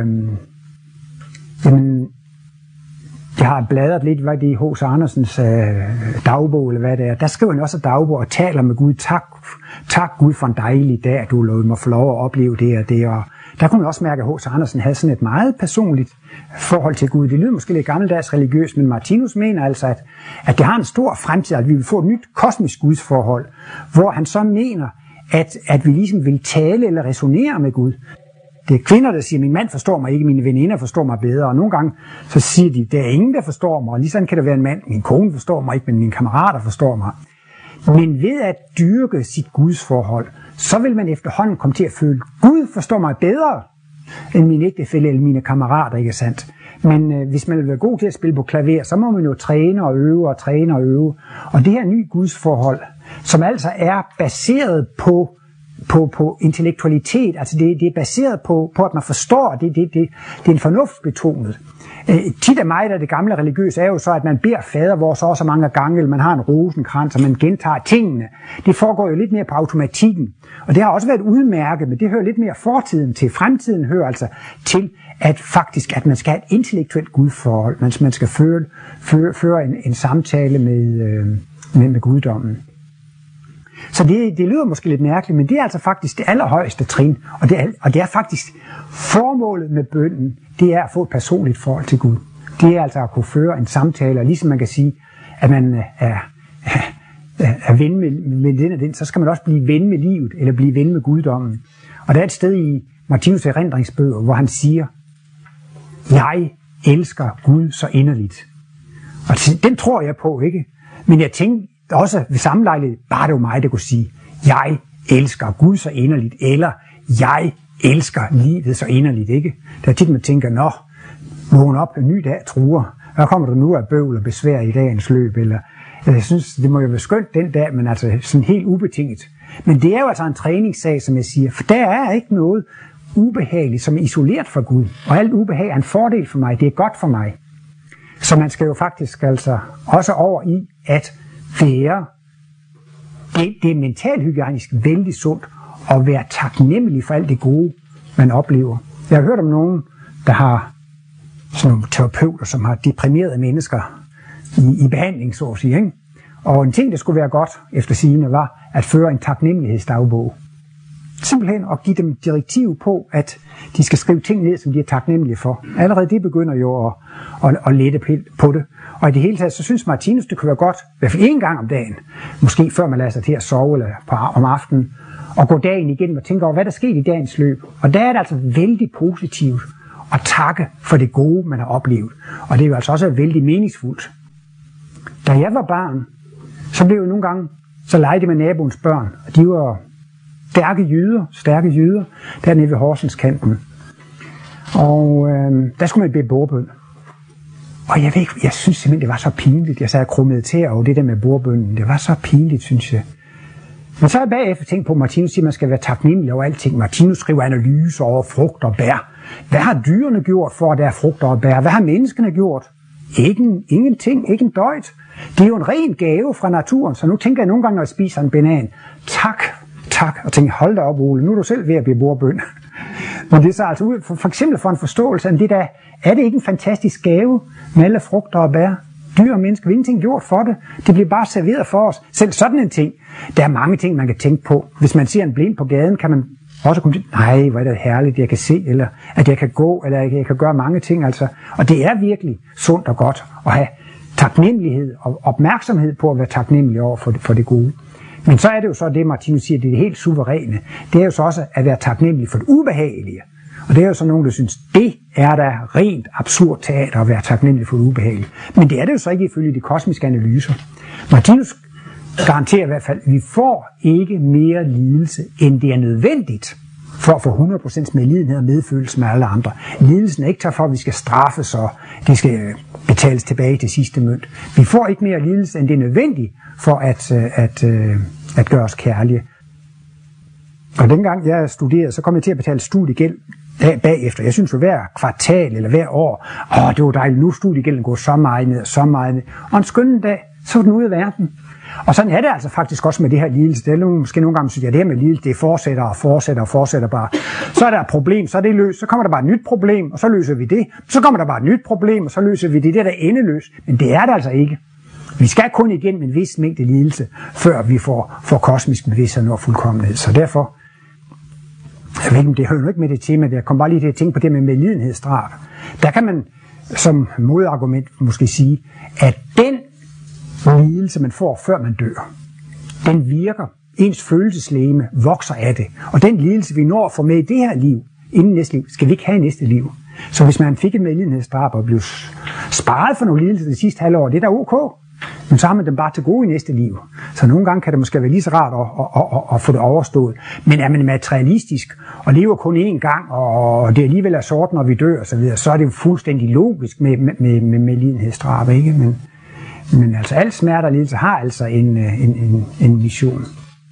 jamen, jeg har bladret lidt, hvad det er i H.C. Andersens dagbog, eller hvad det er. Der skriver han også dagbog og taler med Gud. Tak Gud for en dejlig dag, at du lod mig få lov at opleve det og det. Og der kunne man også mærke, at H.C. Andersen havde sådan et meget personligt forhold til Gud. Det lyder måske lidt gammeldags religiøst, men Martinus mener altså, at det har en stor fremtid, at vi vil få et nyt kosmisk gudsforhold, hvor han så mener, at vi ligesom vil tale eller resonere med Gud. Det er kvinder, der siger, min mand forstår mig ikke, mine veninder forstår mig bedre, og nogle gange så siger de, der er ingen, der forstår mig, og lige sådan kan det være en mand, min kone forstår mig ikke, men mine kammerater forstår mig. Men ved at dyrke sit gudsforhold, så vil man efterhånden komme til at føle, Gud forstår mig bedre end min ægtefælle eller mine kammerater, ikke sandt? Men hvis man vil være god til at spille på klaver, så må man jo træne og øve og træne og øve. Og det her nye gudsforhold, som altså er baseret på intellektualitet, altså det er baseret på at man forstår, det er en fornuftsbetonet. Tit af mig, der det gamle religiøse, er jo så, at man beder fader vor så mange gange, eller man har en rosenkrans, og man gentager tingene. Det foregår jo lidt mere på automatikken. Og det har også været udmærket, men det hører lidt mere fortiden til. Fremtiden hører altså til, at man skal have et intellektuelt gudforhold, man skal føre en samtale med guddommen. Så det lyder måske lidt mærkeligt, men det er altså faktisk det allerhøjeste trin, og det er faktisk formålet med bønnen, det er at få et personligt forhold til Gud. Det er altså at kunne føre en samtale, og ligesom man kan sige, at man er ven med den og den, så skal man også blive ven med livet, eller blive ven med guddommen. Og der er et sted i Martinus' erindringsbøger, hvor han siger, jeg elsker Gud så inderligt. Og den tror jeg på, ikke? Men jeg tænker også ved samme lejlighed, bare det var mig, der kunne sige, jeg elsker Gud så inderligt, eller jeg elsker livet så inderligt, ikke? Der er tit, man tænker, vågn op, en ny dag truer. Hvad kommer der nu af bøvl og besvær i dagens løb? Eller Jeg synes, det må jo være skønt den dag, men altså sådan helt ubetinget. Men det er jo altså en træningssag, som jeg siger, for der er ikke noget ubehageligt, som er isoleret fra Gud. Og alt ubehag er en fordel for mig, det er godt for mig. Så man skal jo faktisk altså også over i at være, det er mentalhygienisk vældig sundt at være taknemmelig for alt det gode, man oplever. Jeg har hørt om nogen, der har sådan nogle terapeuter, som har deprimerede mennesker i behandling, så at sige, ikke? Og en ting, der skulle være godt efter sigende, var at føre en taknemmelighedsdagbog. Simpelthen at give dem direktiv på, at de skal skrive ting ned, som de er taknemmelige for. Allerede det begynder jo at lette på det. Og i det hele taget, så synes Martinus, det kunne være godt, i hvert fald en gang om dagen, måske før man lader sig til at sove eller om aftenen, og gå dagen igennem og tænke over, hvad der skete i dagens løb. Og der er det altså vældig positivt at takke for det gode, man har oplevet. Og det er jo altså også vældig meningsfuldt. Da jeg var barn, så blev jeg nogle gange, så legede med naboens børn, og de var stærke jyder, dernede ved Horsenskanten. Og der skulle man bede bordbøn. Og jeg synes simpelthen, det var så pinligt. Jeg sad og krummede til over det der med bordbønnen. Det var så pinligt, synes jeg. Men så har jeg bagefter tænkt på, at Martinus siger, at man skal være taknemmelig over alting. Martinus skriver analyser over frugt og bær. Hvad har dyrene gjort for, at der er frugter og bær? Hvad har menneskene gjort? Ingenting, ikke en døjt. Det er jo en ren gave fra naturen, så nu tænker jeg nogle gange, når jeg spiser en banan, tak, og tænker, hold da op, Ole, nu er du selv ved at blive bordbøn. Men det er så altså ud, for eksempel for en forståelse af det der, er det ikke en fantastisk gave med alle frugter og bær? Dyr og mennesker, vi har ingenting gjort for det. Det bliver bare serveret for os. Selv sådan en ting. Der er mange ting, man kan tænke på. Hvis man ser en blind på gaden, kan man også komme til, nej, hvor er det herligt, jeg kan se, eller at jeg kan gå, eller jeg kan gøre mange ting. Altså. Og det er virkelig sundt og godt at have taknemmelighed og opmærksomhed på at være taknemmelig over for det gode. Men så er det jo så det, Martinus siger, det er det helt suveræne. Det er jo så også at være taknemmelig for det ubehagelige. Og det er jo så nogen, der synes, det er da rent absurd teater at være taknemmelig for det ubehagelige. Men det er det jo så ikke ifølge de kosmiske analyser. Martinus garanterer i hvert fald, at vi får ikke mere lidelse, end det er nødvendigt for at få 100% medlidenhed og medfølelse med alle andre. Lidelsen er ikke for, at vi skal straffes, og det skal betales tilbage til sidste mønt. Vi får ikke mere lidelse, end det er nødvendigt for at gøre os kærlige. Og dengang jeg studerede, så kom jeg til at betale studiegæld bagefter. Jeg synes jo hver kvartal eller hver år, det var dejligt, nu studiegælden går så meget ned og så meget ned. Og en skønne dag, så var den ude af verden. Og sådan er det altså faktisk også med det her lidelse. Det er måske nogle gange, synes jeg, det her med lidelse, det fortsætter bare. Så er der et problem, så er det løst. Så kommer der bare et nyt problem, og så løser vi det. Så kommer der bare et nyt problem, og så løser vi det. Det er der endeløst. Men det er det altså ikke. Vi skal kun igennem en vis mængde lidelse, før vi får kosmisk bevidsthed og fuldkommenhed. Så derfor, jeg ved ikke, det hører jo ikke med det tema, jeg kom bare lige til at tænke på det med medlidenhedsdrab. Der kan man som modargument måske sige, at den lidelse, man får, før man dør, den virker. Ens følelseslegeme vokser af det. Og den lidelse, vi når at få med i det her liv, inden næste liv, skal vi ikke have i næste liv. Så hvis man fik et medlidenhedsdrab og blev sparet for nogle lidelser det sidste halvår, det er da ok. Men så har man dem bare til gode i næste liv. Så nogle gange kan det måske være lige så rart at få det overstået. Men er man materialistisk og lever kun én gang, og det alligevel er sort, når vi dør osv., så er det jo fuldstændig logisk med lidenhedsdrab, ikke? Men altså al smerte og lidelse har altså en mission.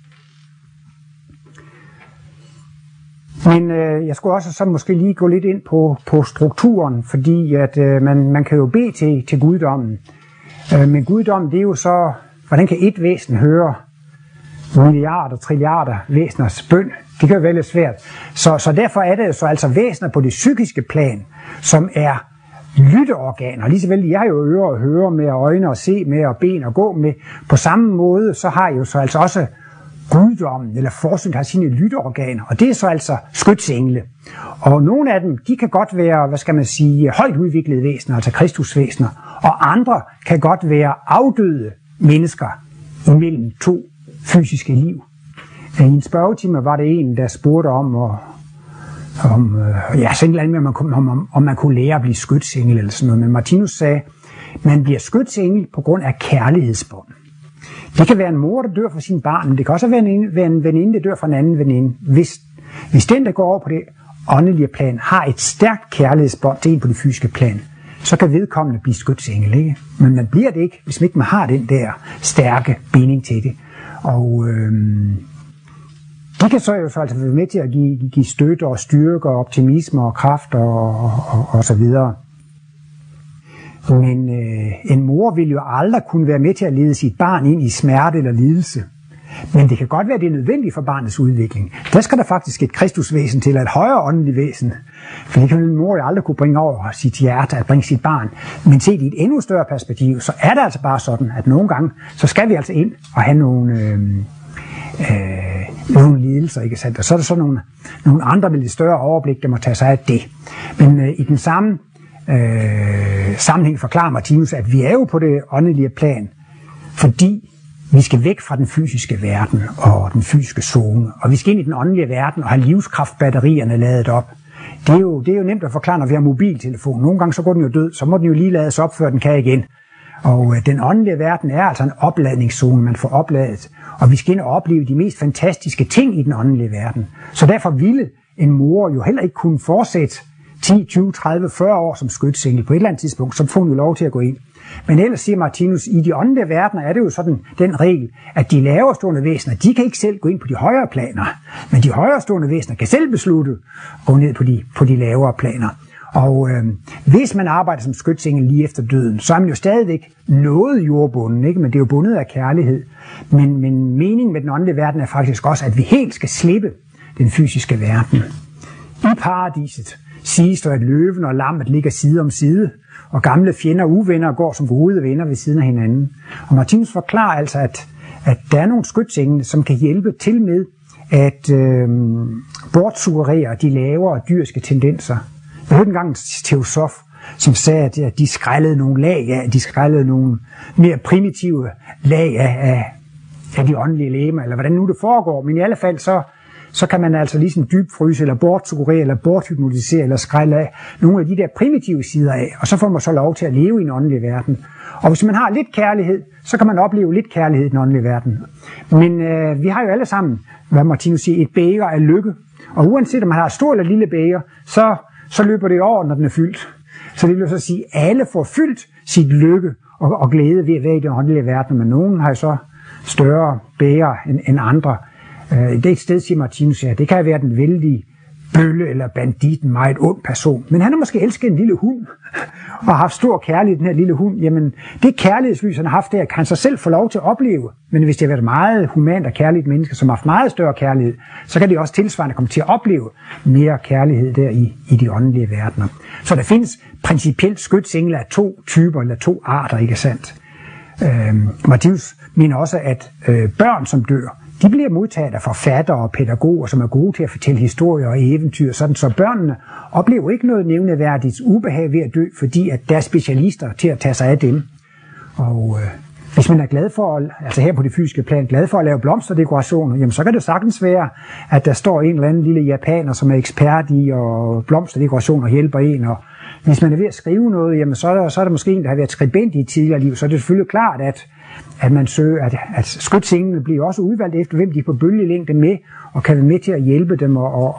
Men jeg skulle også så måske lige gå lidt ind på strukturen, fordi at man kan jo bede til guddommen. Men guddommen, det er jo så, hvordan kan et væsen høre milliarder, trilliarder væseners bøn? Det kan jo være lidt svært. Så derfor er det jo så altså væsener på det psykiske plan, som er lytteorganer. Lige så vel, jeg har jo ører at høre med, og øjne at se med, og ben at gå med. På samme måde, så har jo så altså også guddommen, eller forsyn, har sine lytteorganer, og det er så altså skytsengle. Og nogle af dem, de kan godt være, højt udviklede væsener, altså kristusvæsener, og andre kan godt være afdøde mennesker imellem to fysiske liv. I en spørgetime var det en, der spurgte om man kunne lære at blive skytsengel eller sådan noget. Men Martinus sagde, man bliver skytsengel på grund af kærlighedsbånd. Det kan være en mor, der dør for sine barn, men det kan også være en veninde, der dør for en anden veninde. Hvis den, der går over på det åndelige plan, har et stærkt kærlighedsbånd til en på det fysiske plan, så kan vedkommende blive skytsengel, ikke? Men man bliver det ikke, hvis ikke man har den der stærke binding til det. Og de kan så altså være med til at give støtte og styrke og optimisme og kraft og så videre. Men en mor vil jo aldrig kunne være med til at lede sit barn ind i smerte eller lidelse. Men det kan godt være, at det er nødvendigt for barnets udvikling. Der skal der faktisk et kristusvæsen til, et højere åndeligt væsen. For det kan en mor jo aldrig kunne bringe over sit hjerte, at bringe sit barn. Men set i et endnu større perspektiv, så er det altså bare sådan, at nogle gange, så skal vi altså ind og have nogle lidelser, ikke sandt? Og så er der så nogle andre med lidt større overblik, der må tage sig af det. Men i den samme sammenhæng forklarer Martinus, at vi er jo på det åndelige plan, fordi vi skal væk fra den fysiske verden og den fysiske zone, og vi skal ind i den åndelige verden og have livskraftbatterierne ladet op. Det er jo nemt at forklare, når vi har mobiltelefon. Nogle gange så går den jo død, så må den jo lige lades op, før den kan igen. Og den åndelige verden er altså en opladningszone, man får opladet, og vi skal ind og opleve de mest fantastiske ting i den åndelige verden. Så derfor ville en mor jo heller ikke kunne fortsætte 10, 20, 30, 40 år som skytsengel. På et eller andet tidspunkt, så får hun jo lov til at gå ind. Men ellers siger Martinus, i de åndelige verdener er det jo sådan den regel, at de laverestående væsener, de kan ikke selv gå ind på de højere planer, men de højerestående væsener kan selv beslutte at gå ned på de lavere planer. Og hvis man arbejder som skytsengel lige efter døden, så er man jo stadigvæk noget jordbunden, ikke? Men det er jo bundet af kærlighed. Men meningen med den åndelige verden er faktisk også, at vi helt skal slippe den fysiske verden. I paradiset siges der, at løven og lammet ligger side om side, og gamle fjender og uvenner går som gode venner ved siden af hinanden. Og Martinus forklarer altså, at der er nogle skytsengel, som kan hjælpe til med at bortsuggerere de lavere dyriske tendenser. Jeg hørte engang en teosof, som sagde, at de skrællede nogle lag af, de skrællede nogle mere primitive lag af de åndelige legemer, eller hvordan nu det foregår. Men i alle fald så kan man altså ligesom dybfryse, eller bortsuggerere, eller borthypnotisere, eller skrælle af nogle af de der primitive sider af, og så får man så lov til at leve i en åndelig verden. Og hvis man har lidt kærlighed, så kan man opleve lidt kærlighed i den åndelige verden. Men vi har jo alle sammen, hvad Martinus siger, et bæger af lykke. Og uanset om man har et stort eller lille bæger, så løber det over, når den er fyldt. Så det vil så sige, at alle får fyldt sit lykke og glæde ved at være i den åndelige verden, men nogen har jo så større bæger end andre. Det er et sted, siger Martinus, ja, det kan være den vældige bølle eller bandit, en meget ond person. Men han har måske elsket en lille hund, og har haft stor kærlighed den her lille hund. Jamen, det kærlighedslys, han har haft der, kan han sig selv få lov til at opleve. Men hvis det har været meget humant og kærligt menneske, som har haft meget større kærlighed, så kan det også tilsvarende komme til at opleve mere kærlighed der i de åndelige verdener. Så der findes principielt skytsengel af 2 typer eller 2 arter, ikke sandt? Martinus mener også, at børn, som dør, de bliver modtaget af forfattere og pædagoger, som er gode til at fortælle historier og eventyr, sådan så børnene oplever ikke noget nævneværdigt ubehag ved at dø, fordi at der er specialister til at tage sig af dem. Og hvis man er glad for, altså her på det fysiske plan, glad for at lave blomsterdekorationer, jamen så kan det sagtens være, at der står en eller anden lille japaner, som er ekspert i og blomsterdekorationer hjælper en. Og hvis man er ved at skrive noget, jamen så er der måske en, der har været skribent i et tidligere liv, så er det selvfølgelig klart, at man søger, at skytsenglene bliver også udvalgt efter, hvem de er på bølgelængde med, og kan være med til at hjælpe dem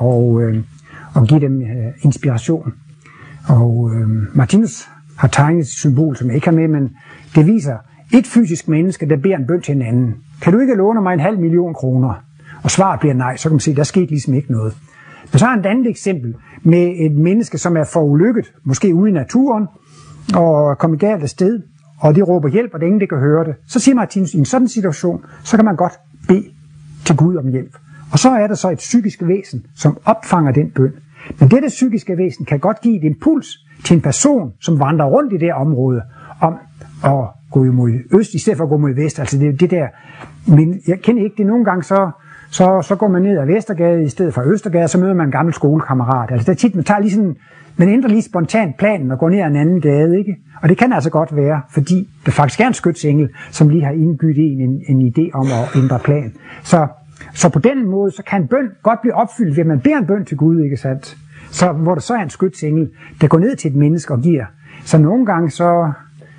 og give dem inspiration. Og Martinus har tegnet et symbol, som jeg ikke har med, men det viser et fysisk menneske, der beder en bøn til en anden. Kan du ikke låne mig 500.000 kroner? Og svaret bliver nej, så kan man se, der skete ligesom ikke noget. Men så har et andet eksempel med et menneske, som er forulykket, måske ude i naturen, og kommet galt af sted, og de råber hjælp, og det er ingen, der kan høre det. Så siger Martinus, i en sådan situation, så kan man godt bede til Gud om hjælp. Og så er der så et psykisk væsen, som opfanger den bøn. Men dette psykiske væsen kan godt give et impuls til en person, som vandrer rundt i det område, om at gå imod øst, i stedet for at gå mod vest. Altså det der, men jeg kender ikke det nogle gange, så går man ned ad Vestergade i stedet for Østergade, så møder man en gammel skolekammerat. Altså det er tit, man tager lige sådan, man ændrer lige spontant planen og går ned ad en anden gade, ikke? Og det kan altså godt være, fordi det faktisk er en skytsengel, som lige har indgydt en idé om at ændre plan. Så på den måde, så kan en bøn godt blive opfyldt, ved at man beder en bøn til Gud, ikke sandt? Så hvor der så er en skytsengel, der går ned til et menneske og giver. Så nogle gange så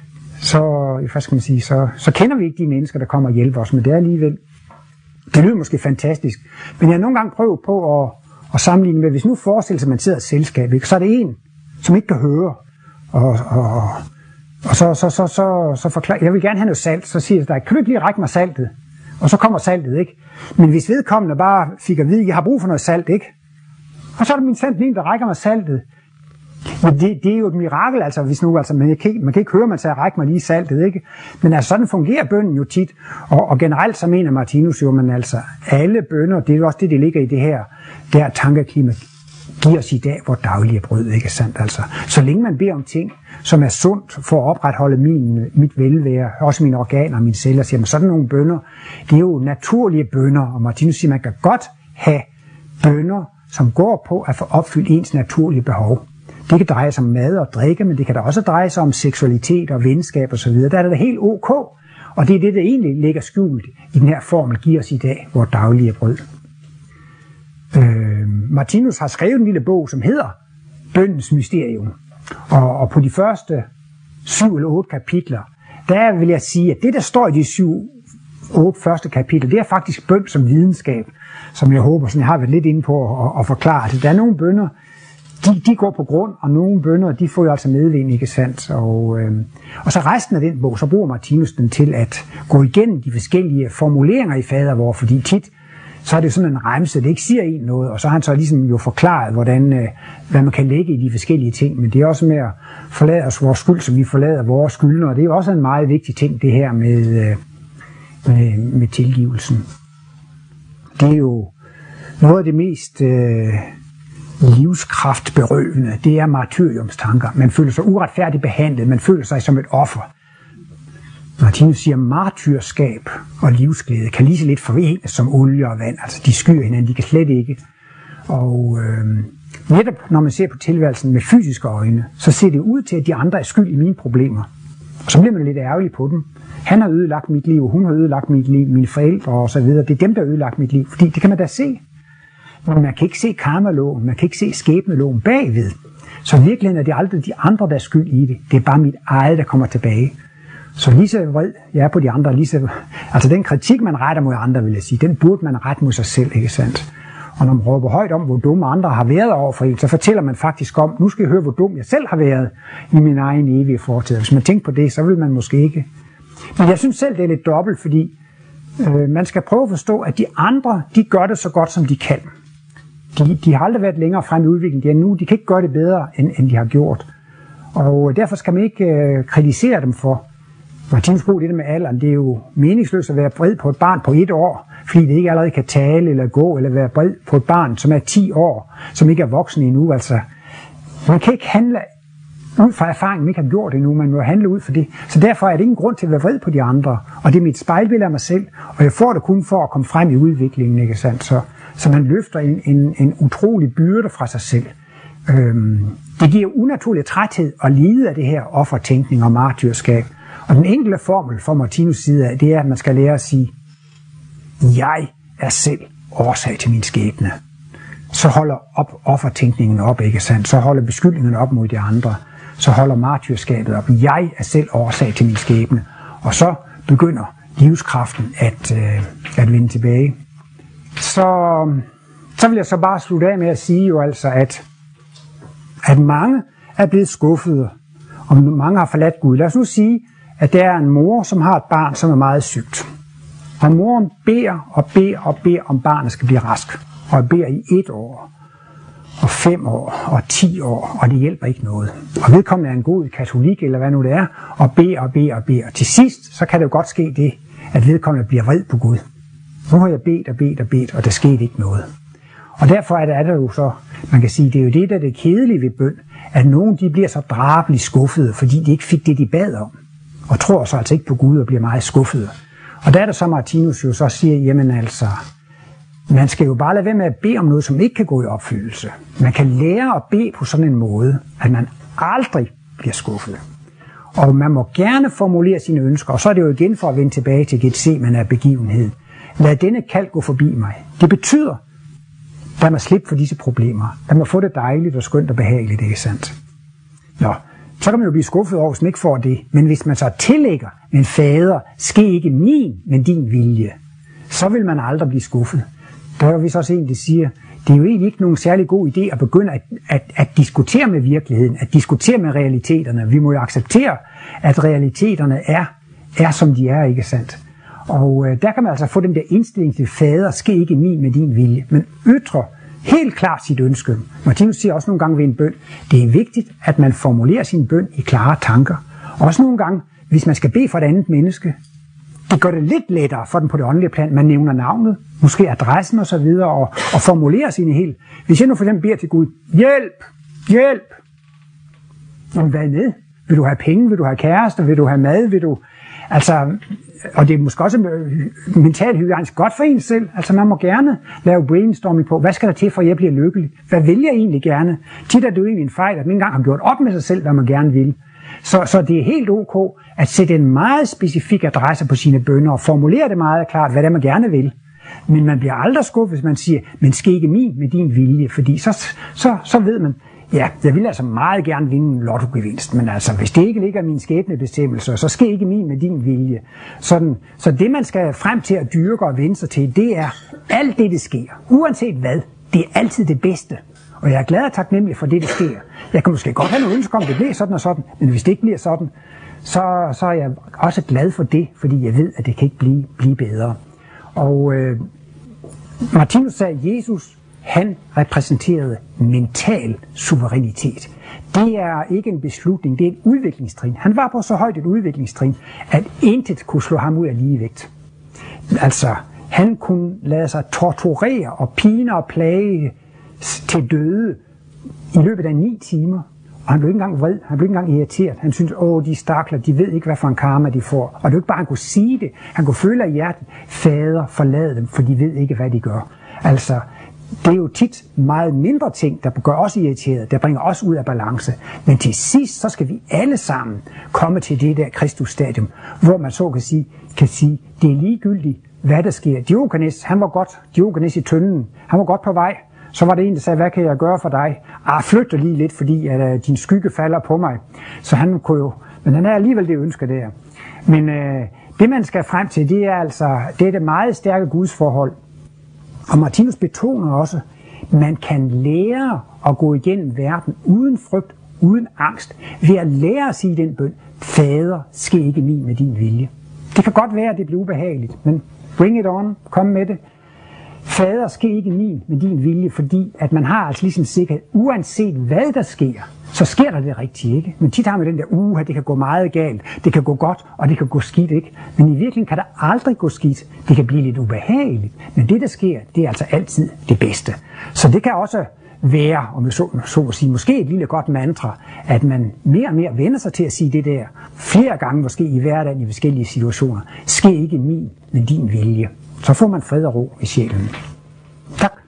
kender vi ikke de mennesker, der kommer og hjælper os, men det er alligevel. Det lyder måske fantastisk, men jeg har nogle gange prøvet på at sammenligne med, hvis nu forestiller sig, at man sidder i et selskab, ikke? Så er det en, som ikke kan høre, Og så forklarer jeg vil gerne have noget salt. Så siger jeg dig, kan du ikke lige række mig saltet? Og så kommer saltet, ikke? Men hvis vedkommende bare fik at vide, jeg har brug for noget salt, ikke? Og så er det min sand, der rækker mig saltet. Men det er jo et mirakel, altså, hvis nu, altså, man kan ikke høre, man siger, række mig lige saltet, ikke? Men altså, sådan fungerer bønnen jo tit. Og generelt så mener Martinus jo, men altså, alle bønner, det er jo også det ligger i det her, der tankeklima, giver os i dag vores daglige brød, ikke sandt? Altså, så længe man beder om ting, som er sundt for at opretholde mit velvære, også mine organer og mine celler, siger man, sådan nogle bønner, det er jo naturlige bønner, og Martinus siger, man kan godt have bønner, som går på at få opfyldt ens naturlige behov. Det kan dreje sig om mad og drikke, men det kan da også dreje sig om seksualitet og venskab osv. Der er det helt ok, og det er det, der egentlig ligger skjult i den her formel, giver os i dag vores daglige brød. Martinus har skrevet en lille bog, som hedder Bønnens Mysterium. Og på de første 7 eller 8 kapitler, der vil jeg sige, at det, der står i de 7-8 første kapitler, det er faktisk bøn som videnskab, som jeg håber, sådan jeg har været lidt inde på at forklare det. Der er nogle bønner, de går på grund, og nogle bønner, de får jo altså medvind, ikke sandt? Og så resten af den bog, så bruger Martinus den til at gå igennem de forskellige formuleringer i fadervor, fordi tit, så er det sådan en remse, det ikke siger en noget, og så har han så ligesom jo forklaret, hvad man kan lægge i de forskellige ting, men det er også med at forlade os vores skyld, som vi forlader vores skyldner, og det er jo også en meget vigtig ting, det her med tilgivelsen. Det er jo noget af det mest livskraftberøvende, det er martyriumstanker. Man føler sig uretfærdigt behandlet, man føler sig som et offer. Martinus siger, martyrskab og livsglæde kan lige så lidt forenes som olie og vand. Altså, de skyer hinanden, de kan slet ikke. Og netop når man ser på tilværelsen med fysiske øjne, så ser det ud til, at de andre er skyld i mine problemer. Og så bliver man lidt ærgerlig på dem. Han har ødelagt mit liv, hun har ødelagt mit liv, mine forældre og så videre. Det er dem, der har ødelagt mit liv, fordi det kan man da se. Men man kan ikke se karmaloven, man kan ikke se skæbneloven bagved. Så i virkeligheden er det aldrig de andre, der er skyld i det. Det er bare mit eget, der kommer tilbage. Så lige så vred jeg er på de andre, altså den kritik, man retter mod andre, vil jeg sige, den burde man rette mod sig selv, ikke sandt? Og når man råber højt om, hvor dumme andre har været over for en, så fortæller man faktisk om, nu skal jeg høre, hvor dum jeg selv har været i min egen evige fortid. Hvis man tænker på det, så vil man måske ikke. Men jeg synes selv, det er lidt dobbelt, fordi man skal prøve at forstå, at de andre, de gør det så godt, som de kan. De har aldrig været længere frem i udviklingen, de er nu, de kan ikke gøre det bedre, end de har gjort. Og derfor skal man ikke kritisere dem for. Martinus brug det med alderen, det er jo meningsløst at være vred på et barn på 1 år, fordi det ikke allerede kan tale eller gå, eller være vred på et barn, som er 10 år, som ikke er voksen endnu. Altså, man kan ikke handle ud fra erfaringen, man ikke har gjort endnu, man må handle ud for det. Så derfor er det ingen grund til at være vred på de andre, og det er mit spejlbillede af mig selv, og jeg får det kun for at komme frem i udviklingen, ikke sandt? Så man løfter en utrolig byrde fra sig selv. Det giver unaturlig træthed og lide af det her offertænkning og martyrskab. Og den enkelte formel fra Martinus' side af, det er, at man skal lære at sige, jeg er selv årsag til min skæbne. Så holder offertænkningen op, ikke sandt? Så holder beskyldningerne op mod de andre. Så holder martyrskabet op. Jeg er selv årsag til min skæbne. Og så begynder livskraften at vende tilbage. Så vil jeg så bare slutte af med at sige jo altså, at mange er blevet skuffede, og mange har forladt Gud. Lad os nu sige, at der er en mor, som har et barn, som er meget sygt. Og moren beder om barnet skal blive rask. Og beder i 1 år, og 5 år, og 10 år, og det hjælper ikke noget. Og vedkommende er en god katolik, eller hvad nu det er, og beder. Til sidst, så kan det jo godt ske det, at vedkommende bliver vred på Gud. Nu har jeg bedt, og der skete ikke noget. Og derfor er der jo så, man kan sige, det er jo det, der er det kedelige ved bøn, at nogen de bliver så drabeligt skuffede, fordi de ikke fik det, de bad om, og tror så altså ikke på Gud og bliver meget skuffede. Og der er der så Martinus jo så siger, jamen altså, man skal jo bare lade være med at bede om noget, som ikke kan gå i opfyldelse. Man kan lære at bede på sådan en måde, at man aldrig bliver skuffet. Og man må gerne formulere sine ønsker, og så er det jo igen for at vende tilbage til Getsemane af begivenhed. Lad denne kald gå forbi mig. Det betyder, lad mig slippe for disse problemer. Lad mig få det dejligt og skønt og behageligt, ikke sandt? Nå, så kan man jo blive skuffet over, hvis man ikke får det. Men hvis man så tillægger, men fader, ske ikke min, men din vilje, så vil man aldrig blive skuffet. Der er jo vist også en, der siger, det er jo egentlig ikke nogen særlig god idé at begynde at diskutere med virkeligheden, at diskutere med realiteterne. Vi må jo acceptere, at realiteterne er som de er, ikke sandt? Og der kan man altså få den der indstilling til fader, ske ikke min med din vilje, men ytre helt klart sit ønske. Martinus siger også nogle gange ved en bøn, det er vigtigt, at man formulerer sin bøn i klare tanker. Også nogle gange, hvis man skal bede for et andet menneske, det gør det lidt lettere for den på det åndelige plan. Man nævner navnet, måske adressen og så videre, og formulerer sine helt. Hvis jeg nu for eksempel beder til Gud, hjælp, hjælp. Jamen, hvad med? Vil du have penge? Vil du have kæreste? Vil du have mad? Vil du... Altså, og det er måske også mentalt hygiejnisk godt for en selv. Altså, man må gerne lave brainstorming på, hvad skal der til, for at jeg bliver lykkelig? Hvad vil jeg egentlig gerne? Tit er det jo egentlig en fejl, at man engang har gjort op med sig selv, hvad man gerne vil. Så det er helt ok at sætte en meget specifik adresse på sine bønner og formulere det meget klart, hvad det er, man gerne vil. Men man bliver aldrig skuffet, hvis man siger, men ske ikke min med din vilje, fordi så ved man, ja, jeg vil altså meget gerne vinde en lottogevinst, men altså, hvis det ikke ligger i min skæbnebestemmelse, så ske ikke min med din vilje. Så det, man skal frem til at dyrke og vende sig til, det er alt det sker. Uanset hvad, det er altid det bedste. Og jeg er glad og taknemmelig for det sker. Jeg kan måske godt have nogle ønsker om, det bliver sådan og sådan, men hvis det ikke bliver sådan, så er jeg også glad for det, fordi jeg ved, at det kan ikke blive bedre. Og Martinus sagde, at Jesus, han repræsenterede mental suverænitet. Det er ikke en beslutning, det er et udviklingstrin. Han var på så højt et udviklingstrin, at intet kunne slå ham ud af ligevægt. Altså, han kunne lade sig torturere og pine og plage til døde i løbet af 9 timer. Og han blev ikke engang vred, han blev ikke engang irriteret. Han syntes, de stakler, de ved ikke, hvad for en karma de får. Og det var ikke bare, han kunne sige det. Han kunne føle af hjertet, fader, forlad dem, for de ved ikke, hvad de gør. Altså, det er jo tit meget mindre ting, der gør os irriteret, der bringer os ud af balance. Men til sidst, så skal vi alle sammen komme til det der Kristus-stadium, hvor man så kan sige, det er ligegyldigt, hvad der sker. Diogenes, han var godt, Diogenes i tønden, han var godt på vej. Så var det en, der sagde, hvad kan jeg gøre for dig? Flyt dig lige lidt, fordi at, din skygge falder på mig. Så han kunne jo, men han er alligevel det ønsker der. Men det, man skal frem til, det er altså det meget stærke gudsforhold. Og Martinus betoner også, man kan lære at gå igennem verden uden frygt, uden angst, ved at lære at sige den bøn, fader, ske ikke min med din vilje. Det kan godt være, at det bliver ubehageligt, men bring it on, kom med det. Fader, ske ikke min med din vilje, fordi at man har altså ligesom sikkerhed, uanset hvad der sker, så sker der det rigtige, ikke? Men tit har man den der, det kan gå meget galt, det kan gå godt, og det kan gå skidt, ikke? Men i virkeligheden kan der aldrig gå skidt, det kan blive lidt ubehageligt, men det der sker, det er altså altid det bedste. Så det kan også være, om jeg så at sige, måske et lille godt mantra, at man mere og mere vender sig til at sige det der, flere gange måske i hverdagen i forskellige situationer, ske ikke min, men din vilje. Så får man fred og ro i sjælen. Tak.